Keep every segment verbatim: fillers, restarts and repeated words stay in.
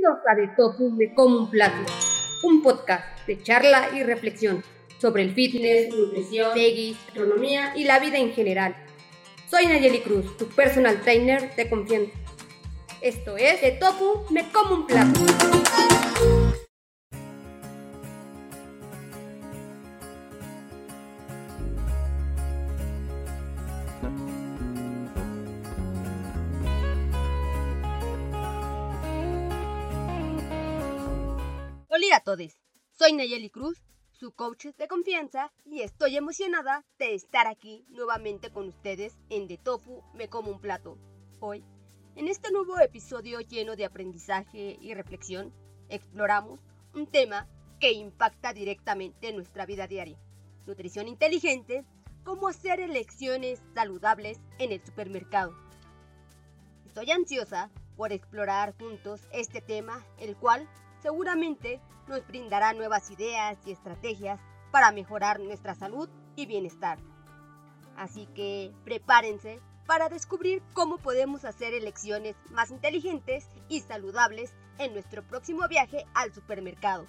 Bienvenidos a De Tofu Me Como un Plato, un podcast de charla y reflexión sobre el fitness, nutrición, veggies, gastronomía y la vida en general. Soy Nayeli Cruz, tu personal trainer de confianza. Esto es De Tofu Me Como un Plato. Hola a todos, soy Nayeli Cruz, su coach de confianza, y estoy emocionada de estar aquí nuevamente con ustedes en De Tofu Me Como un Plato. Hoy, en este nuevo episodio lleno de aprendizaje y reflexión, exploramos un tema que impacta directamente nuestra vida diaria: nutrición inteligente, cómo hacer elecciones saludables en el supermercado. Estoy ansiosa por explorar juntos este tema, el cual seguramente nos brindará nuevas ideas y estrategias para mejorar nuestra salud y bienestar. Así que prepárense para descubrir cómo podemos hacer elecciones más inteligentes y saludables en nuestro próximo viaje al supermercado.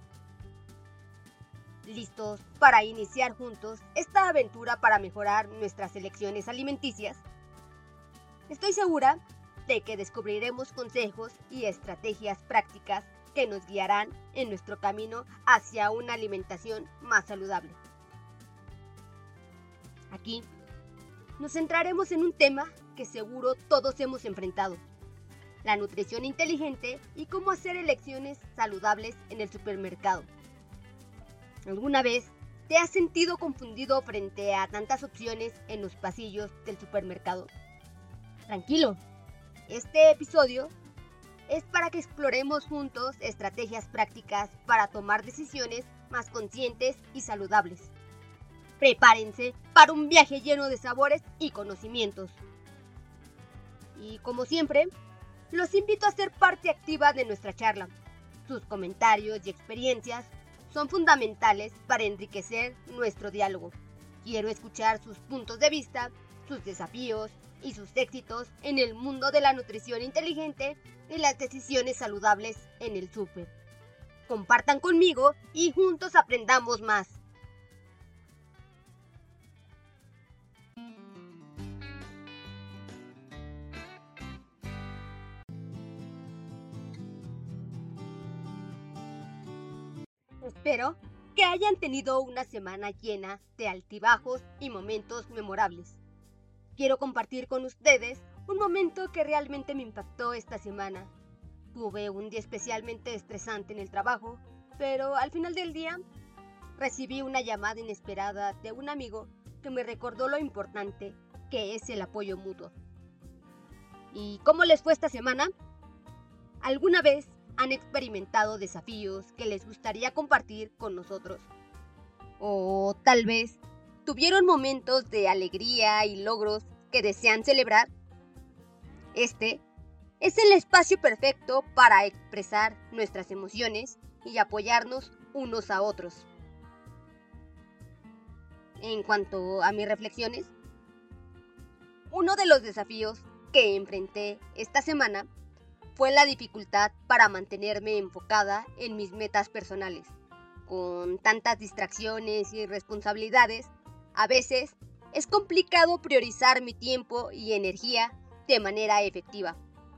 ¿Listos para iniciar juntos esta aventura para mejorar nuestras elecciones alimenticias? Estoy segura de que descubriremos consejos y estrategias prácticas que nos guiarán en nuestro camino hacia una alimentación más saludable. Aquí nos centraremos en un tema que seguro todos hemos enfrentado: la nutrición inteligente y cómo hacer elecciones saludables en el supermercado. ¿Alguna vez te has sentido confundido frente a tantas opciones en los pasillos del supermercado? Tranquilo, este episodio es para que exploremos juntos estrategias prácticas para tomar decisiones más conscientes y saludables. Prepárense para un viaje lleno de sabores y conocimientos. Y como siempre, los invito a ser parte activa de nuestra charla. Sus comentarios y experiencias son fundamentales para enriquecer nuestro diálogo. Quiero escuchar sus puntos de vista, sus desafíos y sus éxitos en el mundo de la nutrición inteligente y las decisiones saludables en el súper. Compartan conmigo y juntos aprendamos más. Espero que hayan tenido una semana llena de altibajos y momentos memorables. Quiero compartir con ustedes un momento que realmente me impactó esta semana. Tuve un día especialmente estresante en el trabajo, pero al final del día recibí una llamada inesperada de un amigo que me recordó lo importante que es el apoyo mutuo. ¿Y cómo les fue esta semana? ¿Alguna vez han experimentado desafíos que les gustaría compartir con nosotros? O tal vez tuvieron momentos de alegría y logros que desean celebrar. Este es el espacio perfecto para expresar nuestras emociones y apoyarnos unos a otros. En cuanto a mis reflexiones, uno de los desafíos que enfrenté esta semana fue la dificultad para mantenerme enfocada en mis metas personales. Con tantas distracciones y responsabilidades, a veces es complicado priorizar mi tiempo y energía de manera efectiva.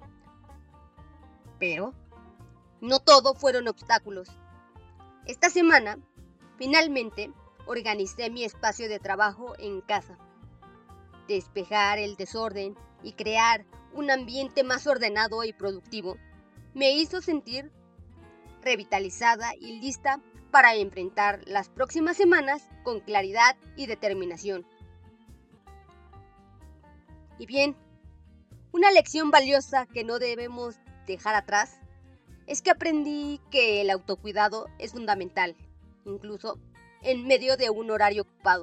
Pero no todo fueron obstáculos. Esta semana, finalmente, organicé mi espacio de trabajo en casa. Despejar el desorden y crear un ambiente más ordenado y productivo me hizo sentir revitalizada y lista para enfrentar las próximas semanas con claridad y determinación. Y bien, una lección valiosa que no debemos dejar atrás es que aprendí que el autocuidado es fundamental, incluso en medio de un horario ocupado.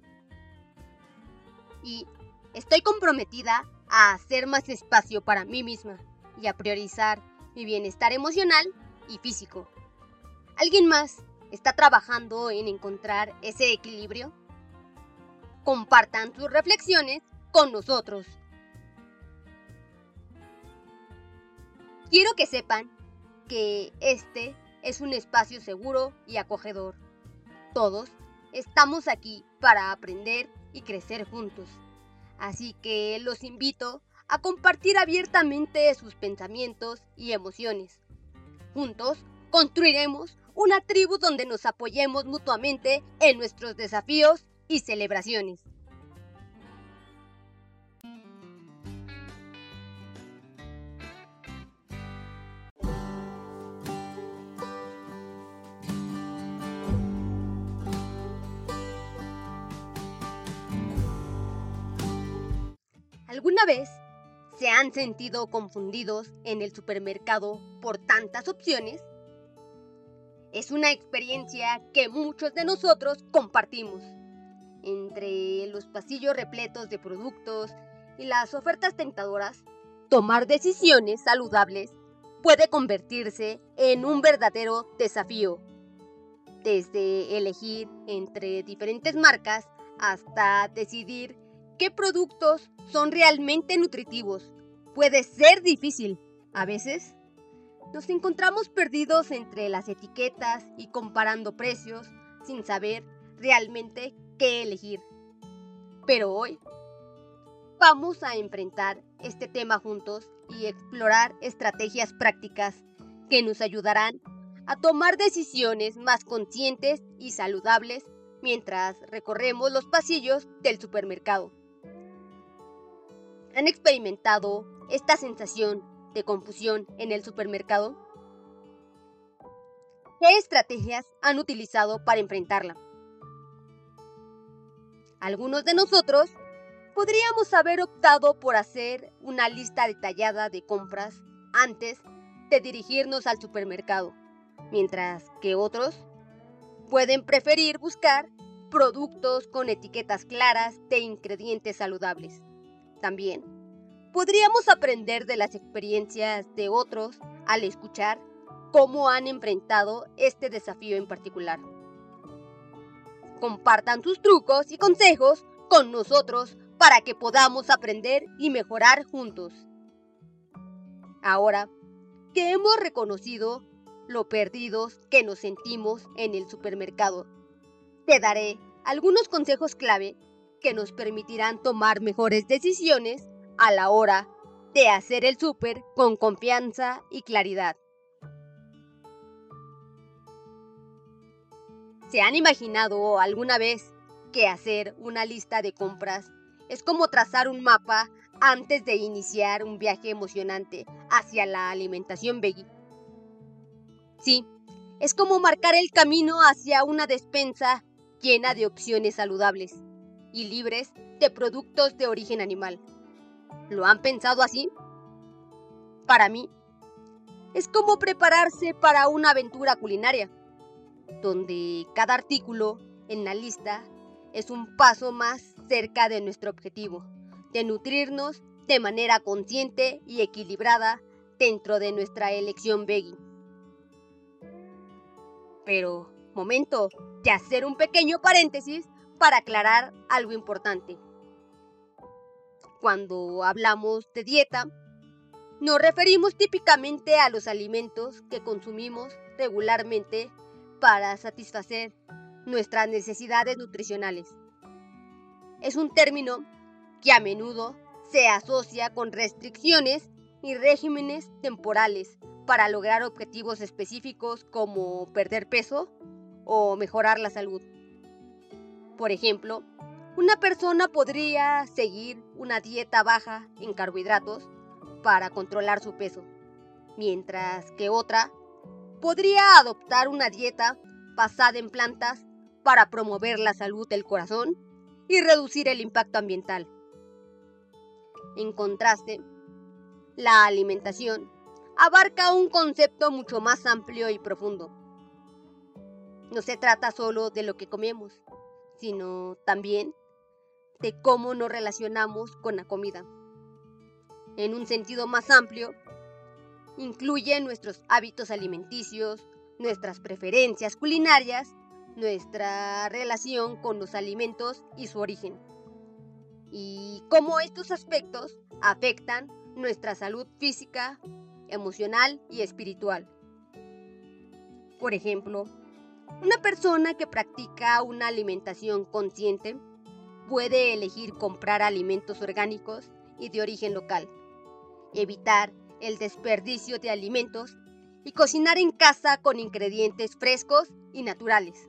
Y estoy comprometida a hacer más espacio para mí misma y a priorizar mi bienestar emocional y físico. ¿Alguien más está trabajando en encontrar ese equilibrio? Compartan sus reflexiones con nosotros. Quiero que sepan que este es un espacio seguro y acogedor. Todos estamos aquí para aprender y crecer juntos. Así que los invito a compartir abiertamente sus pensamientos y emociones. Juntos construiremos una tribu donde nos apoyemos mutuamente en nuestros desafíos y celebraciones. ¿Alguna vez se han sentido confundidos en el supermercado por tantas opciones? Es una experiencia que muchos de nosotros compartimos. Entre los pasillos repletos de productos y las ofertas tentadoras, tomar decisiones saludables puede convertirse en un verdadero desafío. Desde elegir entre diferentes marcas hasta decidir qué productos son realmente nutritivos. Puede ser difícil. A veces nos encontramos perdidos entre las etiquetas y comparando precios sin saber realmente qué elegir. Pero hoy vamos a enfrentar este tema juntos y explorar estrategias prácticas que nos ayudarán a tomar decisiones más conscientes y saludables mientras recorremos los pasillos del supermercado. ¿Han experimentado esta sensación de confusión en el supermercado? ¿Qué estrategias han utilizado para enfrentarla? Algunos de nosotros podríamos haber optado por hacer una lista detallada de compras antes de dirigirnos al supermercado, mientras que otros pueden preferir buscar productos con etiquetas claras de ingredientes saludables. También podríamos aprender de las experiencias de otros al escuchar cómo han enfrentado este desafío en particular. Compartan sus trucos y consejos con nosotros para que podamos aprender y mejorar juntos. Ahora que hemos reconocido lo perdidos que nos sentimos en el supermercado, te daré algunos consejos clave que nos permitirán tomar mejores decisiones a la hora de hacer el súper con confianza y claridad. ¿Se han imaginado alguna vez que hacer una lista de compras es como trazar un mapa antes de iniciar un viaje emocionante hacia la alimentación veggie? Sí, es como marcar el camino hacia una despensa llena de opciones saludables y libres de productos de origen animal. ¿Lo han pensado así? Para mí, es como prepararse para una aventura culinaria, donde cada artículo en la lista es un paso más cerca de nuestro objetivo, de nutrirnos de manera consciente y equilibrada dentro de nuestra elección veggie. Pero, momento de hacer un pequeño paréntesis para aclarar algo importante. Cuando hablamos de dieta, nos referimos típicamente a los alimentos que consumimos regularmente para satisfacer nuestras necesidades nutricionales. Es un término que a menudo se asocia con restricciones y regímenes temporales para lograr objetivos específicos como perder peso o mejorar la salud. Por ejemplo, una persona podría seguir una dieta baja en carbohidratos para controlar su peso, mientras que otra podría adoptar una dieta basada en plantas para promover la salud del corazón y reducir el impacto ambiental. En contraste, la alimentación abarca un concepto mucho más amplio y profundo. No se trata solo de lo que comemos, sino también de cómo nos relacionamos con la comida. En un sentido más amplio, incluye nuestros hábitos alimenticios, nuestras preferencias culinarias, nuestra relación con los alimentos y su origen, y cómo estos aspectos afectan nuestra salud física, emocional y espiritual. Por ejemplo, una persona que practica una alimentación consciente puede elegir comprar alimentos orgánicos y de origen local, evitar el desperdicio de alimentos y cocinar en casa con ingredientes frescos y naturales.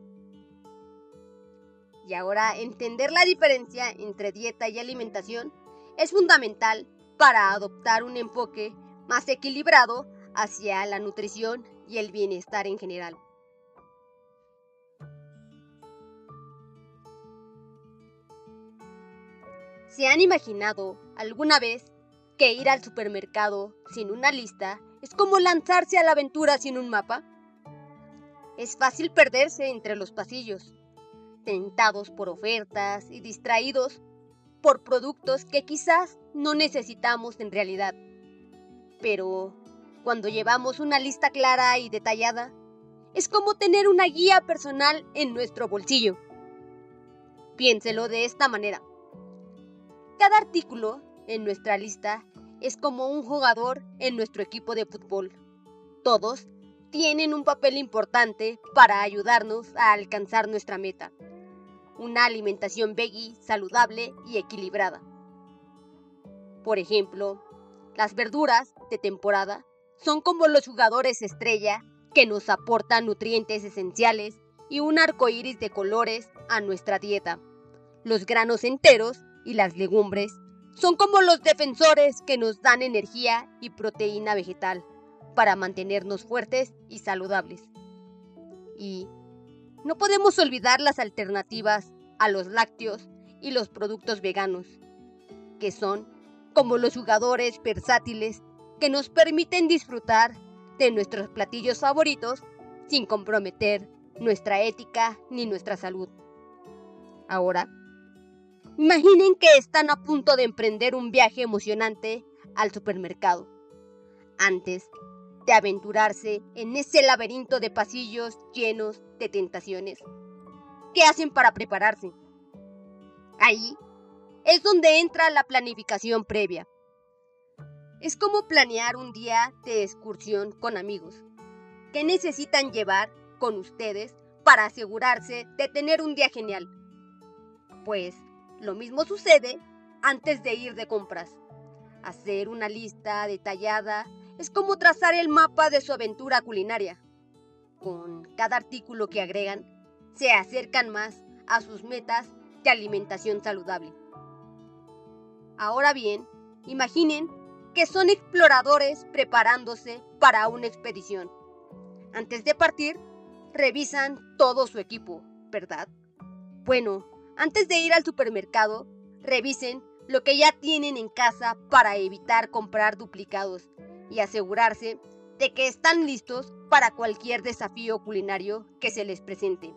Y ahora, entender la diferencia entre dieta y alimentación es fundamental para adoptar un enfoque más equilibrado hacia la nutrición y el bienestar en general. ¿Se han imaginado alguna vez que ir al supermercado sin una lista es como lanzarse a la aventura sin un mapa? Es fácil perderse entre los pasillos, tentados por ofertas y distraídos por productos que quizás no necesitamos en realidad. Pero cuando llevamos una lista clara y detallada, es como tener una guía personal en nuestro bolsillo. Piénselo de esta manera. Cada artículo en nuestra lista es como un jugador en nuestro equipo de fútbol. Todos tienen un papel importante para ayudarnos a alcanzar nuestra meta. Una alimentación veggie, saludable y equilibrada. Por ejemplo, las verduras de temporada son como los jugadores estrella que nos aportan nutrientes esenciales y un arco iris de colores a nuestra dieta. Los granos enteros y las legumbres son como los defensores que nos dan energía y proteína vegetal para mantenernos fuertes y saludables. Y no podemos olvidar las alternativas a los lácteos y los productos veganos, que son como los jugadores versátiles que nos permiten disfrutar de nuestros platillos favoritos sin comprometer nuestra ética ni nuestra salud. Ahora, imaginen que están a punto de emprender un viaje emocionante al supermercado. Antes de aventurarse en ese laberinto de pasillos llenos de tentaciones, ¿qué hacen para prepararse? Ahí es donde entra la planificación previa. Es como planear un día de excursión con amigos. ¿Qué necesitan llevar con ustedes para asegurarse de tener un día genial? Pues lo mismo sucede antes de ir de compras. Hacer una lista detallada es como trazar el mapa de su aventura culinaria. Con cada artículo que agregan, se acercan más a sus metas de alimentación saludable. Ahora bien, imaginen que son exploradores preparándose para una expedición. Antes de partir, revisan todo su equipo, ¿verdad? Bueno, antes de ir al supermercado, revisen lo que ya tienen en casa para evitar comprar duplicados y asegurarse de que están listos para cualquier desafío culinario que se les presente.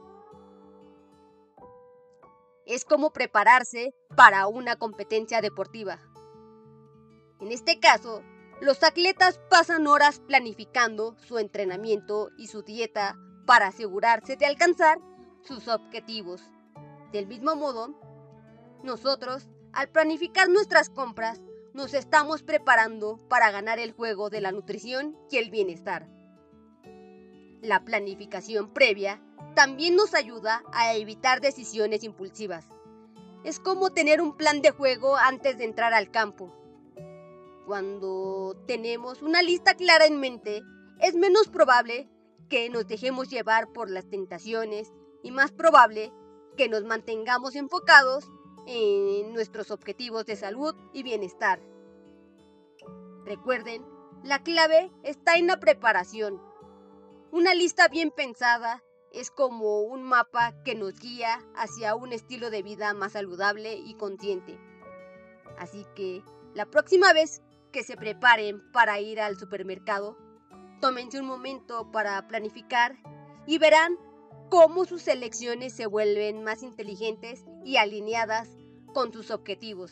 Es como prepararse para una competencia deportiva. En este caso, los atletas pasan horas planificando su entrenamiento y su dieta para asegurarse de alcanzar sus objetivos. Del mismo modo, nosotros, al planificar nuestras compras, nos estamos preparando para ganar el juego de la nutrición y el bienestar. La planificación previa también nos ayuda a evitar decisiones impulsivas. Es como tener un plan de juego antes de entrar al campo. Cuando tenemos una lista clara en mente, es menos probable que nos dejemos llevar por las tentaciones y más probable que nos mantengamos enfocados en nuestros objetivos de salud y bienestar. Recuerden, la clave está en la preparación. Una lista bien pensada es como un mapa que nos guía hacia un estilo de vida más saludable y consciente. Así que la próxima vez que se preparen para ir al supermercado, tómense un momento para planificar y verán cómo sus elecciones se vuelven más inteligentes y alineadas con sus objetivos.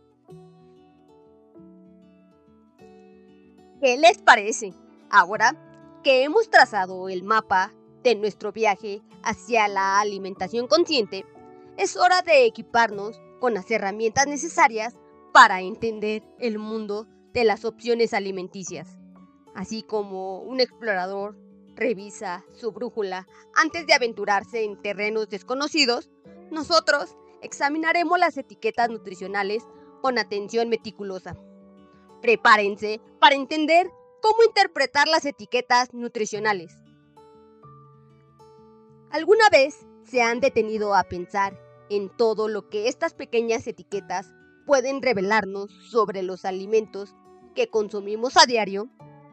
¿Qué les parece? Ahora que hemos trazado el mapa de nuestro viaje hacia la alimentación consciente, es hora de equiparnos con las herramientas necesarias para entender el mundo de las opciones alimenticias. Así como un explorador, revisa su brújula antes de aventurarse en terrenos desconocidos, nosotros examinaremos las etiquetas nutricionales con atención meticulosa. Prepárense para entender cómo interpretar las etiquetas nutricionales. ¿Alguna vez se han detenido a pensar en todo lo que estas pequeñas etiquetas pueden revelarnos sobre los alimentos que consumimos a diario?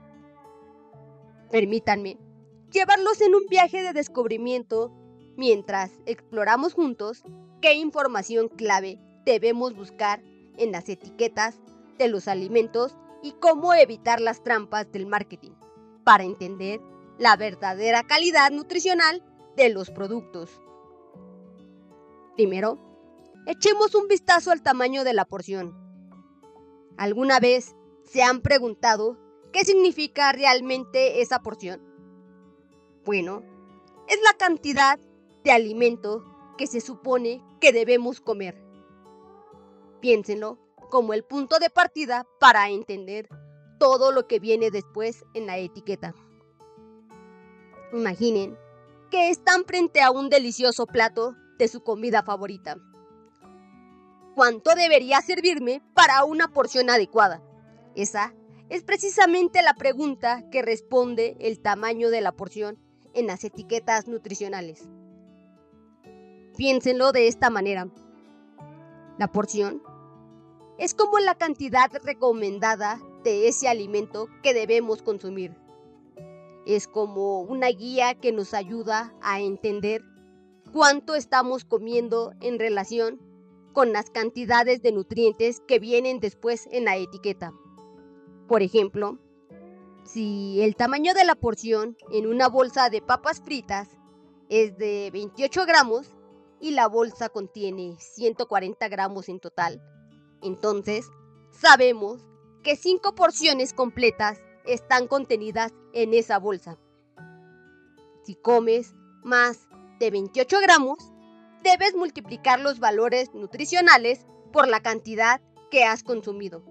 Permítanme llevarlos en un viaje de descubrimiento mientras exploramos juntos qué información clave debemos buscar en las etiquetas de los alimentos y cómo evitar las trampas del marketing para entender la verdadera calidad nutricional de los productos. Primero, echemos un vistazo al tamaño de la porción. ¿Alguna vez se han preguntado qué significa realmente esa porción? Bueno, es la cantidad de alimento que se supone que debemos comer. Piénsenlo como el punto de partida para entender todo lo que viene después en la etiqueta. Imaginen que están frente a un delicioso plato de su comida favorita. ¿Cuánto debería servirme para una porción adecuada? Esa es precisamente la pregunta que responde el tamaño de la porción en las etiquetas nutricionales. Piénsenlo de esta manera. La porción es como la cantidad recomendada de ese alimento que debemos consumir. Es como una guía que nos ayuda a entender cuánto estamos comiendo en relación con las cantidades de nutrientes que vienen después en la etiqueta. Por ejemplo, si el tamaño de la porción en una bolsa de papas fritas es de veintiocho gramos y la bolsa contiene ciento cuarenta gramos en total, entonces sabemos que cinco porciones completas están contenidas en esa bolsa. Si comes más de veintiocho gramos, debes multiplicar los valores nutricionales por la cantidad que has consumido.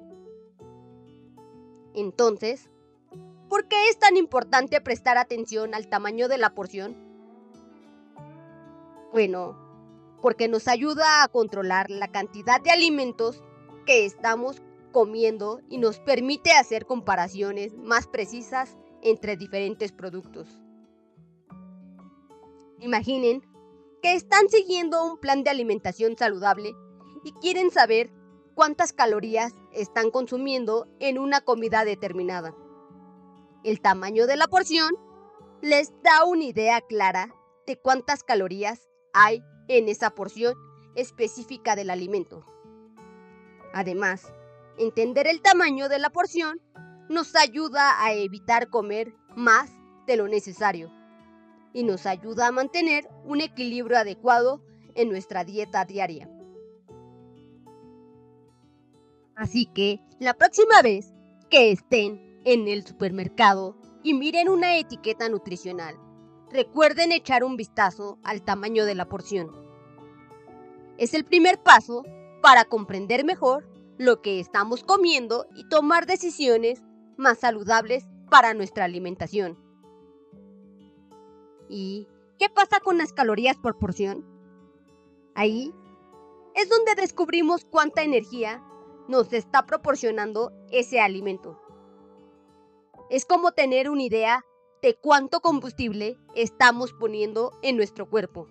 Entonces, ¿por qué es tan importante prestar atención al tamaño de la porción? Bueno, porque nos ayuda a controlar la cantidad de alimentos que estamos comiendo y nos permite hacer comparaciones más precisas entre diferentes productos. Imaginen que están siguiendo un plan de alimentación saludable y quieren saber cuántas calorías están consumiendo en una comida determinada. El tamaño de la porción les da una idea clara de cuántas calorías hay en esa porción específica del alimento. Además, entender el tamaño de la porción nos ayuda a evitar comer más de lo necesario y nos ayuda a mantener un equilibrio adecuado en nuestra dieta diaria. Así que la próxima vez que estén en el supermercado y miren una etiqueta nutricional, recuerden echar un vistazo al tamaño de la porción. Es el primer paso para comprender mejor lo que estamos comiendo y tomar decisiones más saludables para nuestra alimentación. ¿Y qué pasa con las calorías por porción? Ahí es donde descubrimos cuánta energía nos está proporcionando ese alimento. Es como tener una idea de cuánto combustible estamos poniendo en nuestro cuerpo.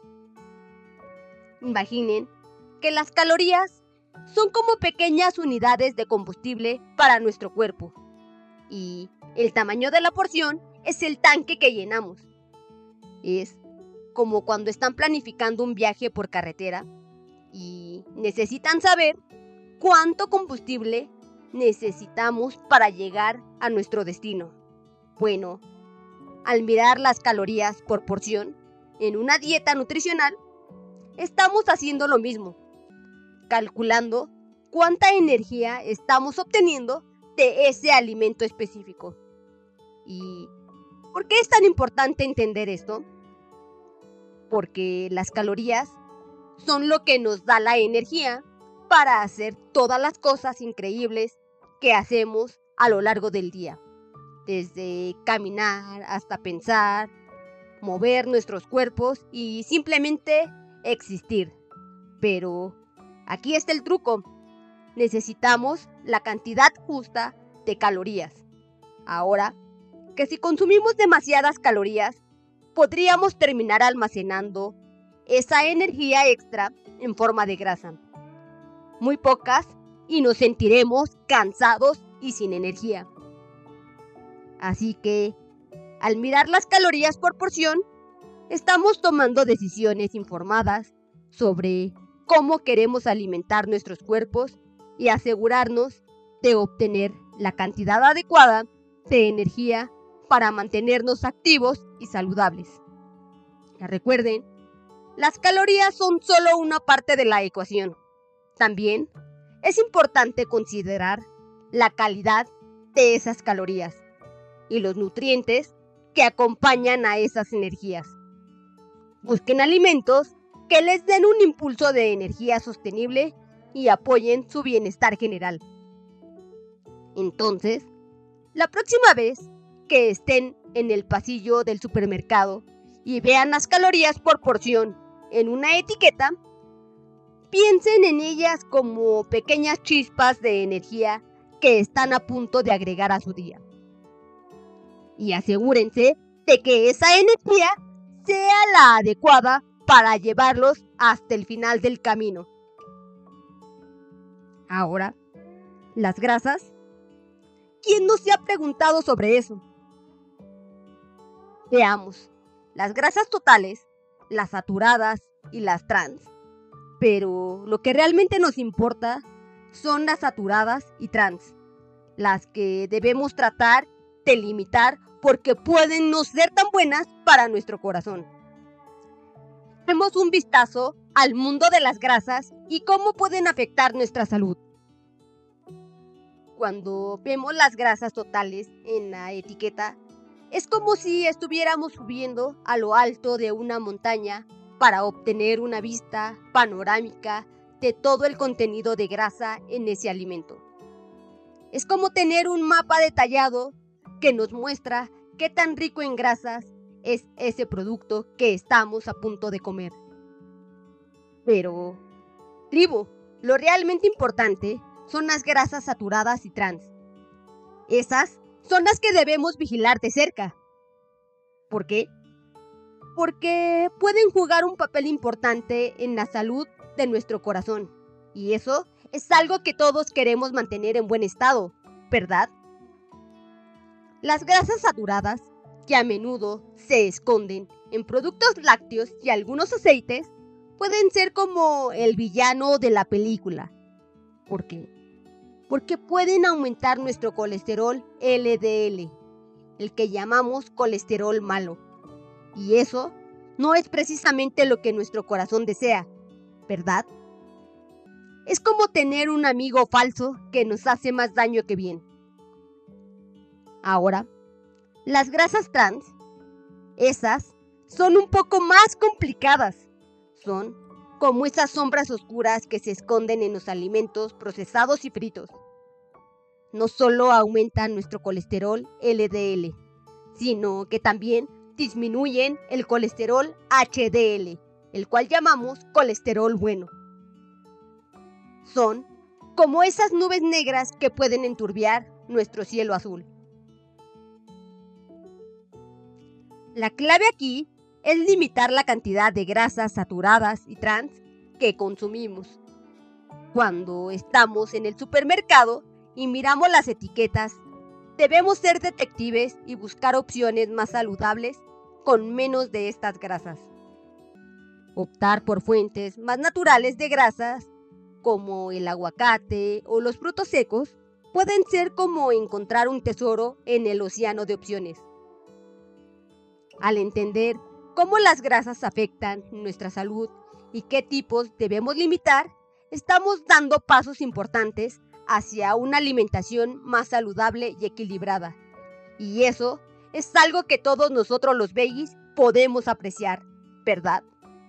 Imaginen que las calorías son como pequeñas unidades de combustible para nuestro cuerpo y el tamaño de la porción es el tanque que llenamos. Es como cuando están planificando un viaje por carretera y necesitan saber cuánto combustible necesitamos para llegar a nuestro destino. Bueno, al mirar las calorías por porción en una dieta nutricional, estamos haciendo lo mismo, calculando cuánta energía estamos obteniendo de ese alimento específico. ¿Y por qué es tan importante entender esto? Porque las calorías son lo que nos da la energía para hacer todas las cosas increíbles que hacemos a lo largo del día. desde caminar hasta pensar, mover nuestros cuerpos y simplemente existir. Pero aquí está el truco. Necesitamos la cantidad justa de calorías. Ahora, que si consumimos demasiadas calorías, podríamos terminar almacenando esa energía extra en forma de grasa. Muy pocas y nos sentiremos cansados y sin energía. Así que, al mirar las calorías por porción, estamos tomando decisiones informadas sobre cómo queremos alimentar nuestros cuerpos y asegurarnos de obtener la cantidad adecuada de energía para mantenernos activos y saludables. Recuerden, las calorías son solo una parte de la ecuación. También es importante considerar la calidad de esas calorías y los nutrientes que acompañan a esas energías. Busquen alimentos que les den un impulso de energía sostenible y apoyen su bienestar general. Entonces, la próxima vez que estén en el pasillo del supermercado y vean las calorías por porción en una etiqueta, piensen en ellas como pequeñas chispas de energía que están a punto de agregar a su día. Y asegúrense de que esa energía sea la adecuada para llevarlos hasta el final del camino. Ahora, las grasas. ¿Quién no se ha preguntado sobre eso? Veamos, las grasas totales, las saturadas y las trans. Pero lo que realmente nos importa son las saturadas y trans, las que debemos tratar de limitar porque pueden no ser tan buenas para nuestro corazón. Demos un vistazo al mundo de las grasas y cómo pueden afectar nuestra salud. Cuando vemos las grasas totales en la etiqueta, es como si estuviéramos subiendo a lo alto de una montaña para obtener una vista panorámica de todo el contenido de grasa en ese alimento. Es como tener un mapa detallado que nos muestra qué tan rico en grasas es ese producto que estamos a punto de comer. Pero, tribu, lo realmente importante son las grasas saturadas y trans. Esas son las que debemos vigilar de cerca. ¿Por qué? Porque pueden jugar un papel importante en la salud de nuestro corazón. Y eso es algo que todos queremos mantener en buen estado, ¿verdad? Las grasas saturadas, que a menudo se esconden en productos lácteos y algunos aceites, pueden ser como el villano de la película. ¿Por qué? Porque pueden aumentar nuestro colesterol L D L, el que llamamos colesterol malo. Y eso no es precisamente lo que nuestro corazón desea, ¿verdad? Es como tener un amigo falso que nos hace más daño que bien. Ahora, las grasas trans, esas son un poco más complicadas. Son como esas sombras oscuras que se esconden en los alimentos procesados y fritos. No solo aumentan nuestro colesterol L D L, sino que también disminuyen el colesterol H D L, el cual llamamos colesterol bueno. Son como esas nubes negras que pueden enturbiar nuestro cielo azul. La clave aquí es limitar la cantidad de grasas saturadas y trans que consumimos. Cuando estamos en el supermercado y miramos las etiquetas, debemos ser detectives y buscar opciones más saludables con menos de estas grasas. Optar por fuentes más naturales de grasas, como el aguacate o los frutos secos, pueden ser como encontrar un tesoro en el océano de opciones. Al entender cómo las grasas afectan nuestra salud y qué tipos debemos limitar, estamos dando pasos importantes hacia una alimentación más saludable y equilibrada. Y eso es algo que todos nosotros los veggies podemos apreciar, ¿verdad?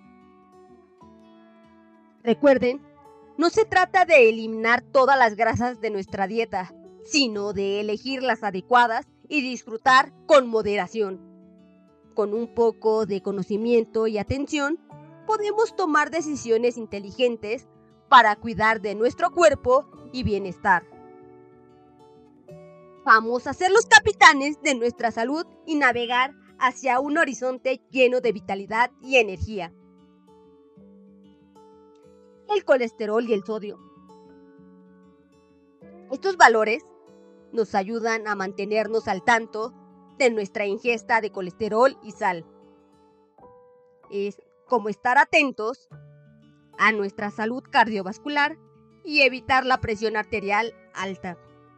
Recuerden, no se trata de eliminar todas las grasas de nuestra dieta, sino de elegir las adecuadas y disfrutar con moderación. Con un poco de conocimiento y atención, podemos tomar decisiones inteligentes para cuidar de nuestro cuerpo y bienestar. Vamos a ser los capitanes de nuestra salud y navegar hacia un horizonte lleno de vitalidad y energía. El colesterol y el sodio. Estos valores nos ayudan a mantenernos al tanto de nuestra ingesta de colesterol y sal. Es como estar atentos a nuestra salud cardiovascular y evitar la presión arterial alta.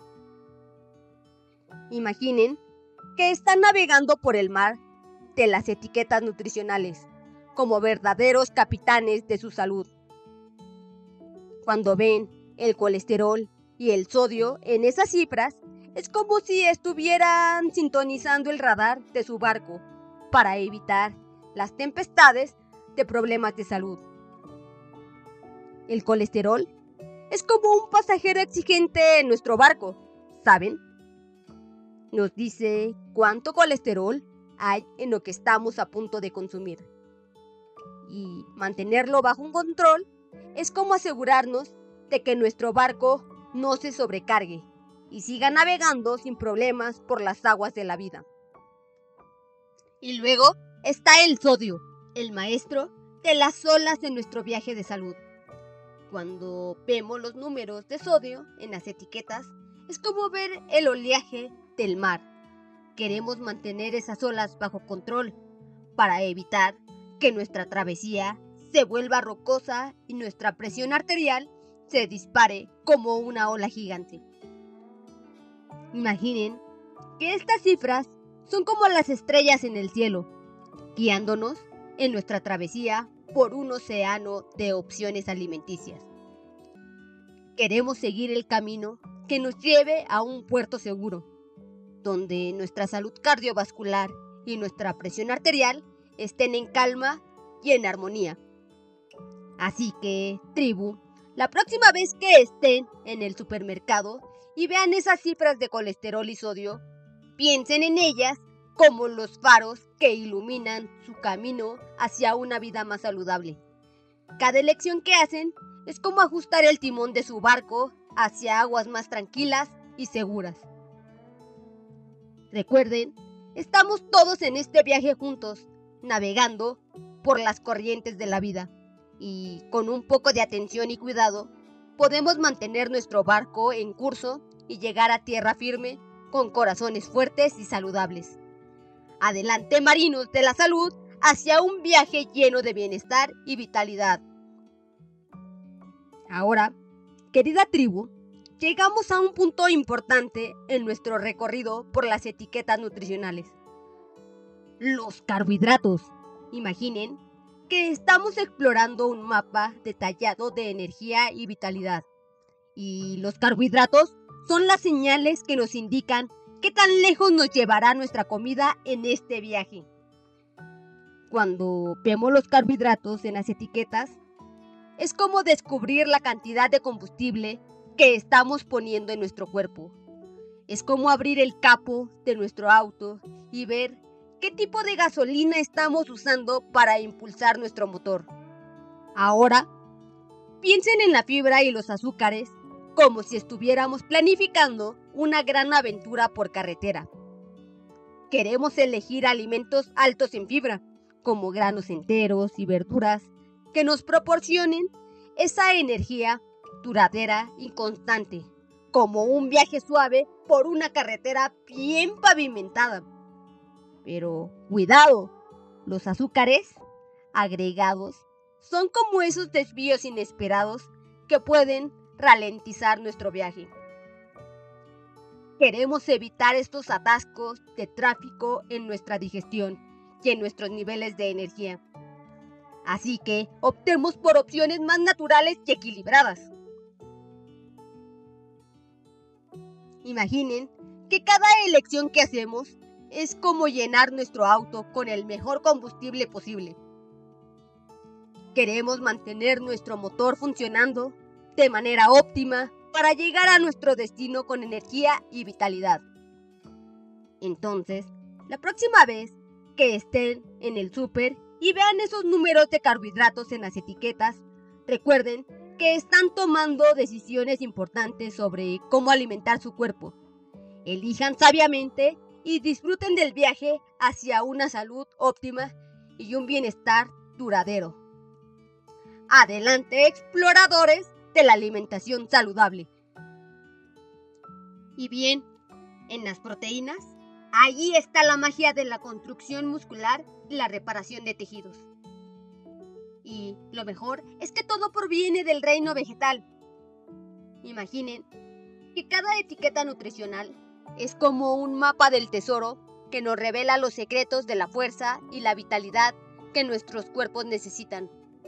Imaginen que están navegando por el mar de las etiquetas nutricionales, como verdaderos capitanes de su salud. Cuando ven el colesterol y el sodio en esas cifras, es como si estuvieran sintonizando el radar de su barco para evitar las tempestades de problemas de salud. El colesterol es como un pasajero exigente en nuestro barco, ¿saben? Nos dice cuánto colesterol hay en lo que estamos a punto de consumir. Y mantenerlo bajo un control es como asegurarnos de que nuestro barco no se sobrecargue y siga navegando sin problemas por las aguas de la vida. Y luego está el sodio, el maestro de las olas de nuestro viaje de salud. Cuando vemos los números de sodio en las etiquetas, es como ver el oleaje del mar. Queremos mantener esas olas bajo control para evitar que nuestra travesía se vuelva rocosa y nuestra presión arterial se dispare como una ola gigante. Imaginen que estas cifras son como las estrellas en el cielo, guiándonos en nuestra travesía por un océano de opciones alimenticias. Queremos seguir el camino que nos lleve a un puerto seguro, donde nuestra salud cardiovascular y nuestra presión arterial estén en calma y en armonía. Así que, tribu, la próxima vez que estén en el supermercado y vean esas cifras de colesterol y sodio, piensen en ellas como los faros que iluminan su camino hacia una vida más saludable. Cada elección que hacen es como ajustar el timón de su barco hacia aguas más tranquilas y seguras. Recuerden, estamos todos en este viaje juntos, navegando por las corrientes de la vida. Y con un poco de atención y cuidado, podemos mantener nuestro barco en curso y llegar a tierra firme con corazones fuertes y saludables. Adelante, marinos de la salud, hacia un viaje lleno de bienestar y vitalidad. Ahora, querida tribu, llegamos a un punto importante en nuestro recorrido por las etiquetas nutricionales. Los carbohidratos. Imaginen que estamos explorando un mapa detallado de energía y vitalidad. Y los carbohidratos son las señales que nos indican qué tan lejos nos llevará nuestra comida en este viaje. Cuando vemos los carbohidratos en las etiquetas, es como descubrir la cantidad de combustible que estamos poniendo en nuestro cuerpo. Es como abrir el capó de nuestro auto y ver qué tipo de gasolina estamos usando para impulsar nuestro motor. Ahora, piensen en la fibra y los azúcares como si estuviéramos planificando una gran aventura por carretera. Queremos elegir alimentos altos en fibra, como granos enteros y verduras, que nos proporcionen esa energía duradera y constante, como un viaje suave por una carretera bien pavimentada. Pero cuidado, los azúcares agregados son como esos desvíos inesperados que pueden ralentizar nuestro viaje. Queremos evitar estos atascos de tráfico en nuestra digestión y en nuestros niveles de energía. Así que optemos por opciones más naturales y equilibradas. Imaginen que cada elección que hacemos es como llenar nuestro auto con el mejor combustible posible. Queremos mantener nuestro motor funcionando de manera óptima para llegar a nuestro destino con energía y vitalidad. Entonces, la próxima vez que estén en el súper y vean esos números de carbohidratos en las etiquetas, recuerden que están tomando decisiones importantes sobre cómo alimentar su cuerpo. Elijan sabiamente y disfruten del viaje hacia una salud óptima y un bienestar duradero. Adelante, exploradores de la alimentación saludable. Y bien, en las proteínas, allí está la magia de la construcción muscular y la reparación de tejidos. Y lo mejor es que todo proviene del reino vegetal. Imaginen que cada etiqueta nutricional es como un mapa del tesoro que nos revela los secretos de la fuerza y la vitalidad que nuestros cuerpos necesitan.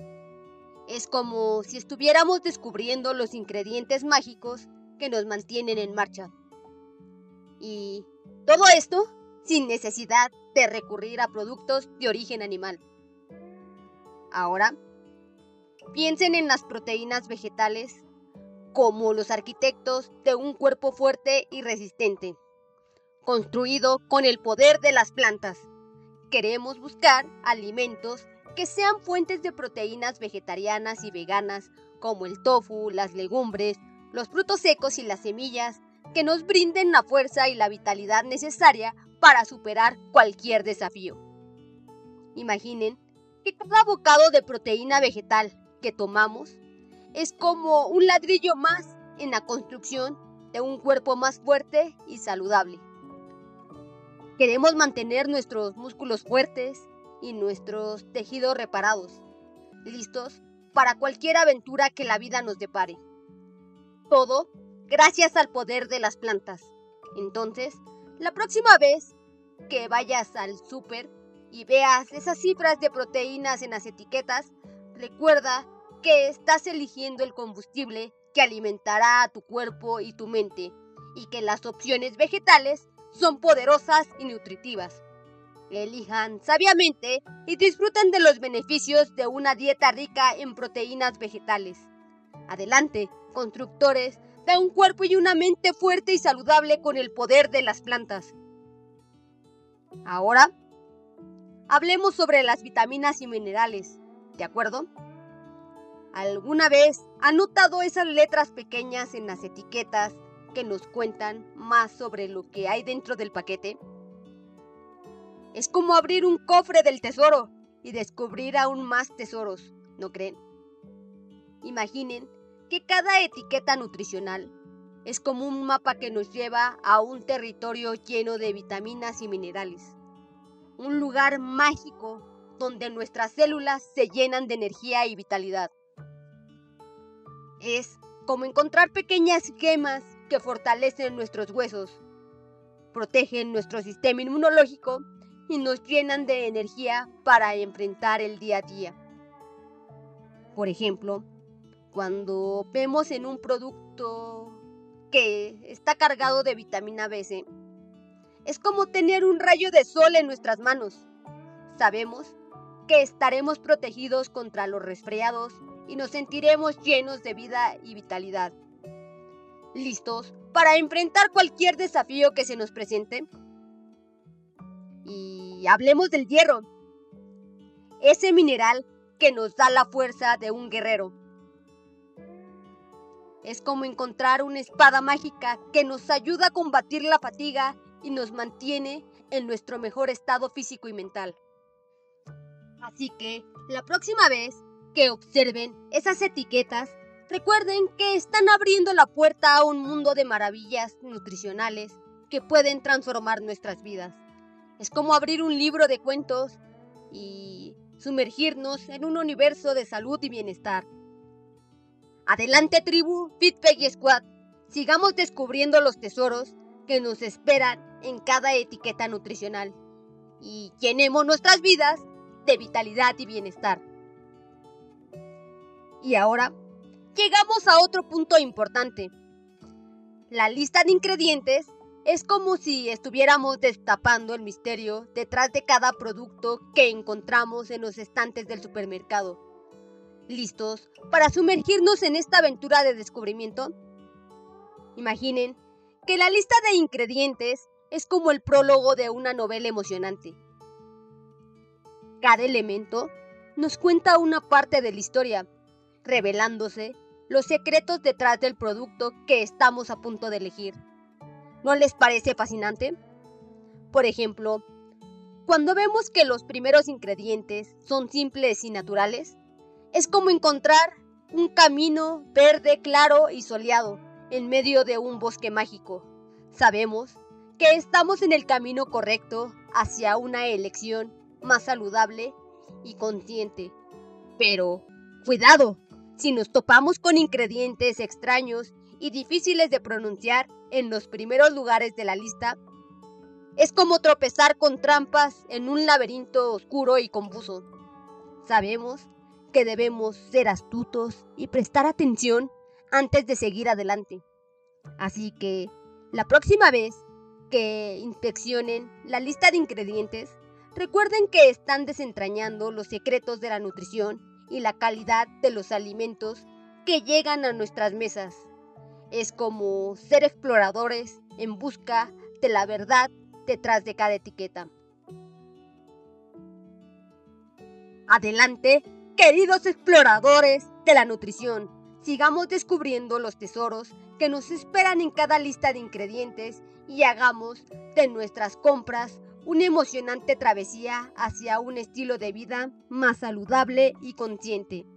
Es como si estuviéramos descubriendo los ingredientes mágicos que nos mantienen en marcha. Y todo esto sin necesidad de recurrir a productos de origen animal. Ahora, piensen en las proteínas vegetales como los arquitectos de un cuerpo fuerte y resistente, construido con el poder de las plantas. Queremos buscar alimentos que sean fuentes de proteínas vegetarianas y veganas, como el tofu, las legumbres, los frutos secos y las semillas, que nos brinden la fuerza y la vitalidad necesaria para superar cualquier desafío. Imaginen que cada bocado de proteína vegetal que tomamos es como un ladrillo más en la construcción de un cuerpo más fuerte y saludable. Queremos mantener nuestros músculos fuertes y nuestros tejidos reparados, listos para cualquier aventura que la vida nos depare. Todo gracias al poder de las plantas. Entonces, la próxima vez que vayas al súper y veas esas cifras de proteínas en las etiquetas, recuerda que estás eligiendo el combustible que alimentará a tu cuerpo y tu mente, y que las opciones vegetales son poderosas y nutritivas. Elijan sabiamente y disfruten de los beneficios de una dieta rica en proteínas vegetales. Adelante, constructores de un cuerpo y una mente fuerte y saludable con el poder de las plantas. Ahora, hablemos sobre las vitaminas y minerales, ¿de acuerdo? ¿Alguna vez han notado esas letras pequeñas en las etiquetas que nos cuentan más sobre lo que hay dentro del paquete? Es como abrir un cofre del tesoro y descubrir aún más tesoros, ¿no creen? Imaginen que cada etiqueta nutricional es como un mapa que nos lleva a un territorio lleno de vitaminas y minerales. Un lugar mágico donde nuestras células se llenan de energía y vitalidad. Es como encontrar pequeñas gemas que fortalecen nuestros huesos, protegen nuestro sistema inmunológico y nos llenan de energía para enfrentar el día a día. Por ejemplo, cuando vemos en un producto que está cargado de vitamina B C, es como tener un rayo de sol en nuestras manos. Sabemos que estaremos protegidos contra los resfriados y nos sentiremos llenos de vida y vitalidad, listos para enfrentar cualquier desafío que se nos presente. Y hablemos del hierro, ese mineral que nos da la fuerza de un guerrero. Es como encontrar una espada mágica que nos ayuda a combatir la fatiga y nos mantiene en nuestro mejor estado físico y mental. Así que, la próxima vez que observen esas etiquetas, recuerden que están abriendo la puerta a un mundo de maravillas nutricionales que pueden transformar nuestras vidas. Es como abrir un libro de cuentos y sumergirnos en un universo de salud y bienestar. Adelante, tribu FitVeggie Squad, sigamos descubriendo los tesoros que nos esperan en cada etiqueta nutricional y llenemos nuestras vidas de vitalidad y bienestar. Y ahora, llegamos a otro punto importante. La lista de ingredientes es como si estuviéramos destapando el misterio detrás de cada producto que encontramos en los estantes del supermercado. ¿Listos para sumergirnos en esta aventura de descubrimiento? Imaginen que la lista de ingredientes es como el prólogo de una novela emocionante. Cada elemento nos cuenta una parte de la historia, revelándose los secretos detrás del producto que estamos a punto de elegir. ¿No les parece fascinante? Por ejemplo, cuando vemos que los primeros ingredientes son simples y naturales, es como encontrar un camino verde claro y soleado en medio de un bosque mágico. Sabemos que estamos en el camino correcto hacia una elección más saludable y consciente. Pero, cuidado, si nos topamos con ingredientes extraños y difíciles de pronunciar en los primeros lugares de la lista, es como tropezar con trampas en un laberinto oscuro y confuso. Sabemos que debemos ser astutos y prestar atención antes de seguir adelante. Así que, la próxima vez que inspeccionen la lista de ingredientes, recuerden que están desentrañando los secretos de la nutrición y la calidad de los alimentos que llegan a nuestras mesas. Es como ser exploradores en busca de la verdad detrás de cada etiqueta. Adelante, queridos exploradores de la nutrición. Sigamos descubriendo los tesoros que nos esperan en cada lista de ingredientes y hagamos de nuestras compras una emocionante travesía hacia un estilo de vida más saludable y consciente.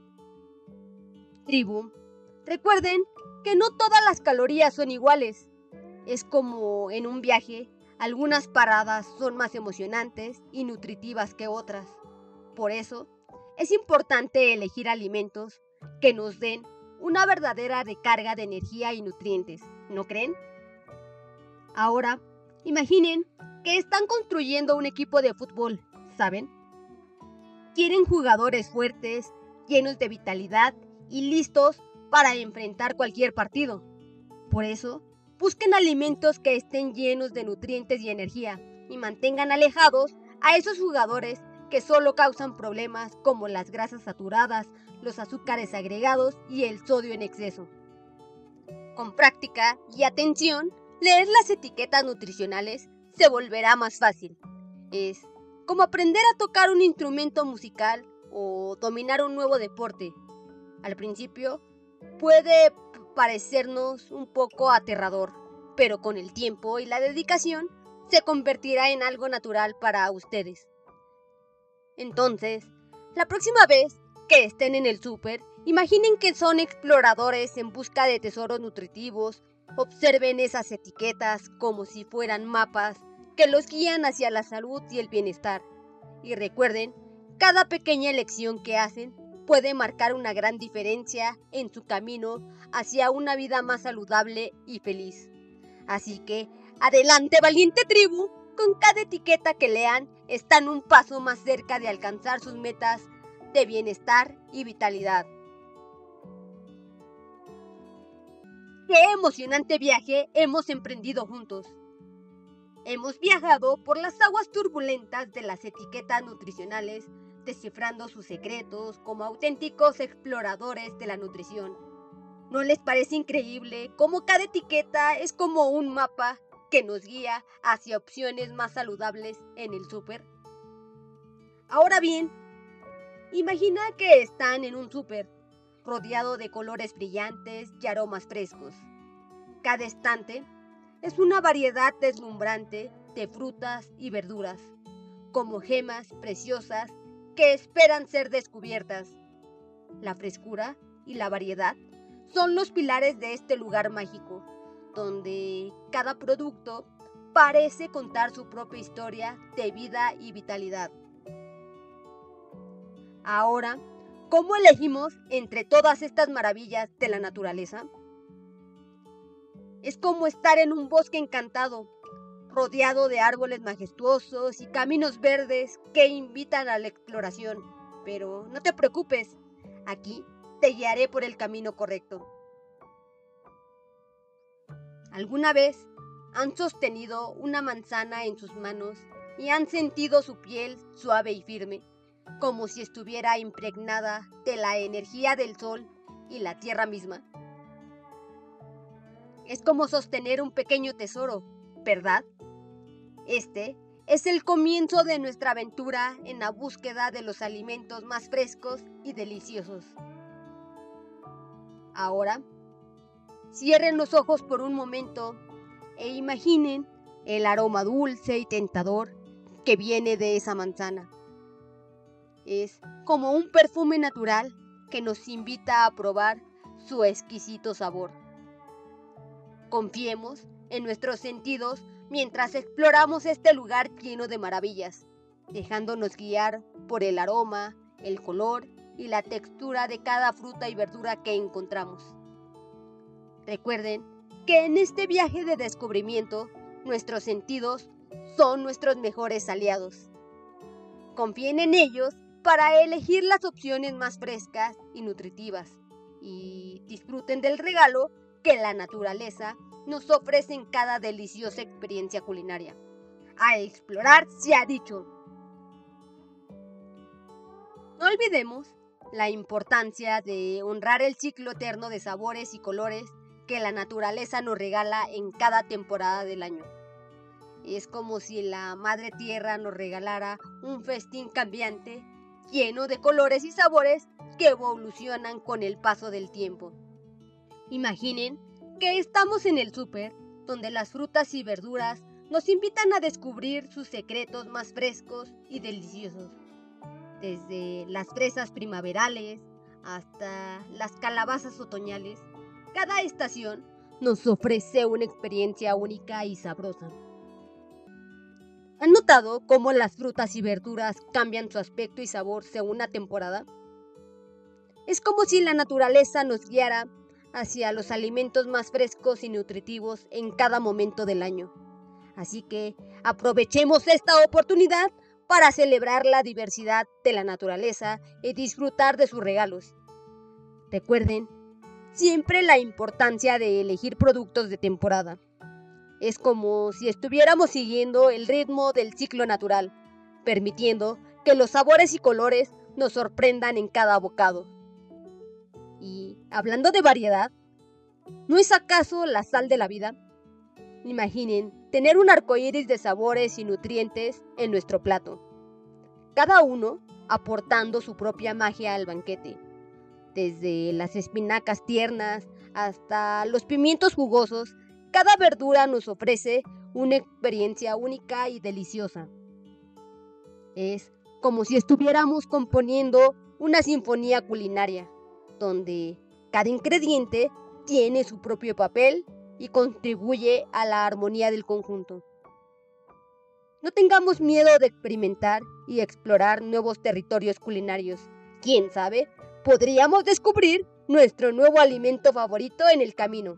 Tribu, recuerden que no todas las calorías son iguales. Es como en un viaje, algunas paradas son más emocionantes y nutritivas que otras. Por eso, es importante elegir alimentos que nos den una verdadera recarga de energía y nutrientes, ¿no creen? Ahora, imaginen que están construyendo un equipo de fútbol, ¿saben? Quieren jugadores fuertes, llenos de vitalidad y listos para enfrentar cualquier partido. Por eso, busquen alimentos que estén llenos de nutrientes y energía y mantengan alejados a esos jugadores que solo causan problemas como las grasas saturadas, los azúcares agregados y el sodio en exceso. Con práctica y atención, leer las etiquetas nutricionales se volverá más fácil. Es como aprender a tocar un instrumento musical o dominar un nuevo deporte. Al principio puede parecernos un poco aterrador, pero con el tiempo y la dedicación se convertirá en algo natural para ustedes. Entonces, la próxima vez que estén en el súper, imaginen que son exploradores en busca de tesoros nutritivos. Observen esas etiquetas como si fueran mapas que los guían hacia la salud y el bienestar. Y recuerden, cada pequeña elección que hacen puede marcar una gran diferencia en su camino hacia una vida más saludable y feliz. Así que, adelante, valiente tribu, con cada etiqueta que lean, están un paso más cerca de alcanzar sus metas de bienestar y vitalidad. ¡Qué emocionante viaje hemos emprendido juntos! Hemos viajado por las aguas turbulentas de las etiquetas nutricionales, descifrando sus secretos como auténticos exploradores de la nutrición. ¿No les parece increíble cómo cada etiqueta es como un mapa que nos guía hacia opciones más saludables en el súper? Ahora bien, imagina que están en un súper, rodeado de colores brillantes y aromas frescos. Cada estante es una variedad deslumbrante de frutas y verduras, como gemas preciosas que esperan ser descubiertas. La frescura y la variedad son los pilares de este lugar mágico, donde cada producto parece contar su propia historia de vida y vitalidad. Ahora, ¿cómo elegimos entre todas estas maravillas de la naturaleza? Es como estar en un bosque encantado, rodeado de árboles majestuosos y caminos verdes que invitan a la exploración. Pero no te preocupes, aquí te guiaré por el camino correcto. ¿Alguna vez han sostenido una manzana en sus manos y han sentido su piel suave y firme, como si estuviera impregnada de la energía del sol y la tierra misma? Es como sostener un pequeño tesoro, ¿verdad? Este es el comienzo de nuestra aventura en la búsqueda de los alimentos más frescos y deliciosos. Ahora, cierren los ojos por un momento e imaginen el aroma dulce y tentador que viene de esa manzana. Es como un perfume natural que nos invita a probar su exquisito sabor. Confiemos en nuestros sentidos mientras exploramos este lugar lleno de maravillas, dejándonos guiar por el aroma, el color y la textura de cada fruta y verdura que encontramos. Recuerden que en este viaje de descubrimiento, nuestros sentidos son nuestros mejores aliados. Confíen en ellos para elegir las opciones más frescas y nutritivas y disfruten del regalo que la naturaleza nos ofrece en cada deliciosa experiencia culinaria. A explorar se ha dicho. No olvidemos la importancia de honrar el ciclo eterno de sabores y colores que la naturaleza nos regala en cada temporada del año. Es como si la Madre Tierra nos regalara un festín cambiante, lleno de colores y sabores que evolucionan con el paso del tiempo. Imaginen que estamos en el súper, donde las frutas y verduras nos invitan a descubrir sus secretos más frescos y deliciosos. Desde las fresas primaverales hasta las calabazas otoñales, cada estación nos ofrece una experiencia única y sabrosa. ¿Han notado cómo las frutas y verduras cambian su aspecto y sabor según la temporada? Es como si la naturaleza nos guiara hacia los alimentos más frescos y nutritivos en cada momento del año. Así que aprovechemos esta oportunidad para celebrar la diversidad de la naturaleza y disfrutar de sus regalos. Recuerden siempre la importancia de elegir productos de temporada. Es como si estuviéramos siguiendo el ritmo del ciclo natural, permitiendo que los sabores y colores nos sorprendan en cada bocado. Y hablando de variedad, ¿no es acaso la sal de la vida? Imaginen tener un arcoíris de sabores y nutrientes en nuestro plato, cada uno aportando su propia magia al banquete. Desde las espinacas tiernas hasta los pimientos jugosos, cada verdura nos ofrece una experiencia única y deliciosa. Es como si estuviéramos componiendo una sinfonía culinaria, donde cada ingrediente tiene su propio papel y contribuye a la armonía del conjunto. No tengamos miedo de experimentar y explorar nuevos territorios culinarios. ¿Quién sabe? Podríamos descubrir nuestro nuevo alimento favorito en el camino.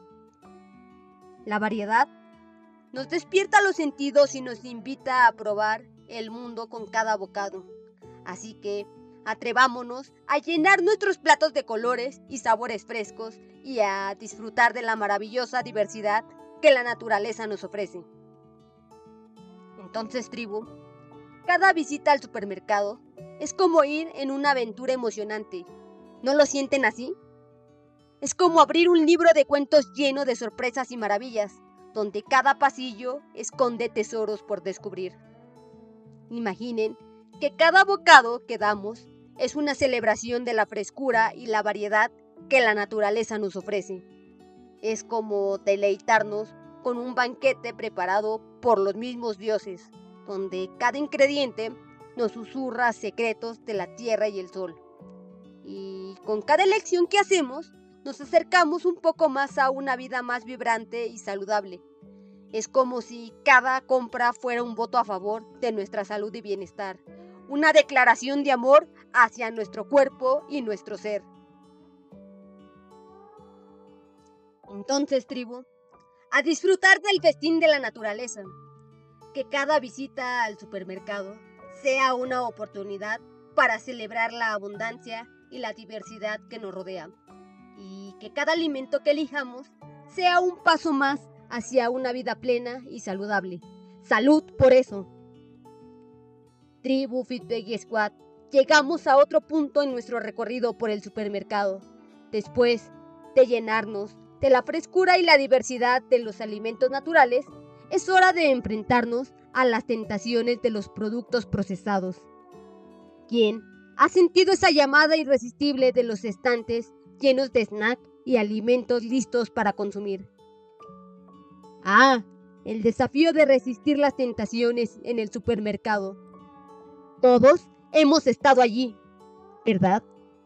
La variedad nos despierta los sentidos y nos invita a probar el mundo con cada bocado. Así que atrevámonos a llenar nuestros platos de colores y sabores frescos y a disfrutar de la maravillosa diversidad que la naturaleza nos ofrece. Entonces, tribu, cada visita al supermercado es como ir en una aventura emocionante. ¿No lo sienten así? Es como abrir un libro de cuentos lleno de sorpresas y maravillas, donde cada pasillo esconde tesoros por descubrir. Imaginen que cada bocado que damos es una celebración de la frescura y la variedad que la naturaleza nos ofrece. Es como deleitarnos con un banquete preparado por los mismos dioses, donde cada ingrediente nos susurra secretos de la tierra y el sol. Y con cada elección que hacemos, nos acercamos un poco más a una vida más vibrante y saludable. Es como si cada compra fuera un voto a favor de nuestra salud y bienestar, una declaración de amor hacia nuestro cuerpo y nuestro ser. Entonces, tribu, a disfrutar del festín de la naturaleza. Que cada visita al supermercado sea una oportunidad para celebrar la abundancia y la diversidad que nos rodea. Y que cada alimento que elijamos sea un paso más hacia una vida plena y saludable. ¡Salud por eso! Tribu Fit Veggie Squad, llegamos a otro punto en nuestro recorrido por el supermercado. Después de llenarnos de la frescura y la diversidad de los alimentos naturales, es hora de enfrentarnos a las tentaciones de los productos procesados. ¿Quién ha sentido esa llamada irresistible de los estantes llenos de snacks y alimentos listos para consumir? Ah, el desafío de resistir las tentaciones en el supermercado. Todos hemos estado allí, ¿verdad?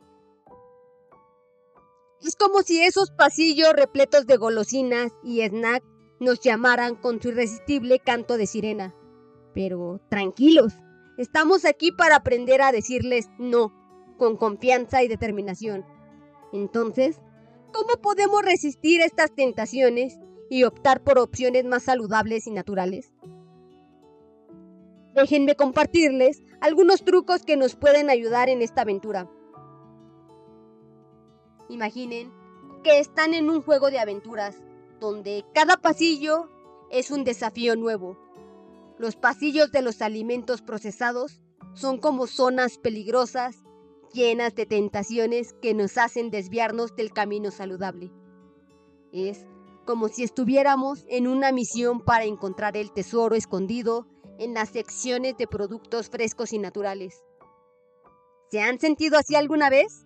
Es como si esos pasillos repletos de golosinas y snacks nos llamaran con su irresistible canto de sirena. Pero tranquilos, estamos aquí para aprender a decirles no, con confianza y determinación. Entonces, ¿cómo podemos resistir estas tentaciones y optar por opciones más saludables y naturales? Déjenme compartirles algunos trucos que nos pueden ayudar en esta aventura. Imaginen que están en un juego de aventuras, donde cada pasillo es un desafío nuevo. Los pasillos de los alimentos procesados son como zonas peligrosas, llenas de tentaciones que nos hacen desviarnos del camino saludable. Es como si estuviéramos en una misión para encontrar el tesoro escondido en las secciones de productos frescos y naturales. ¿Se han sentido así alguna vez?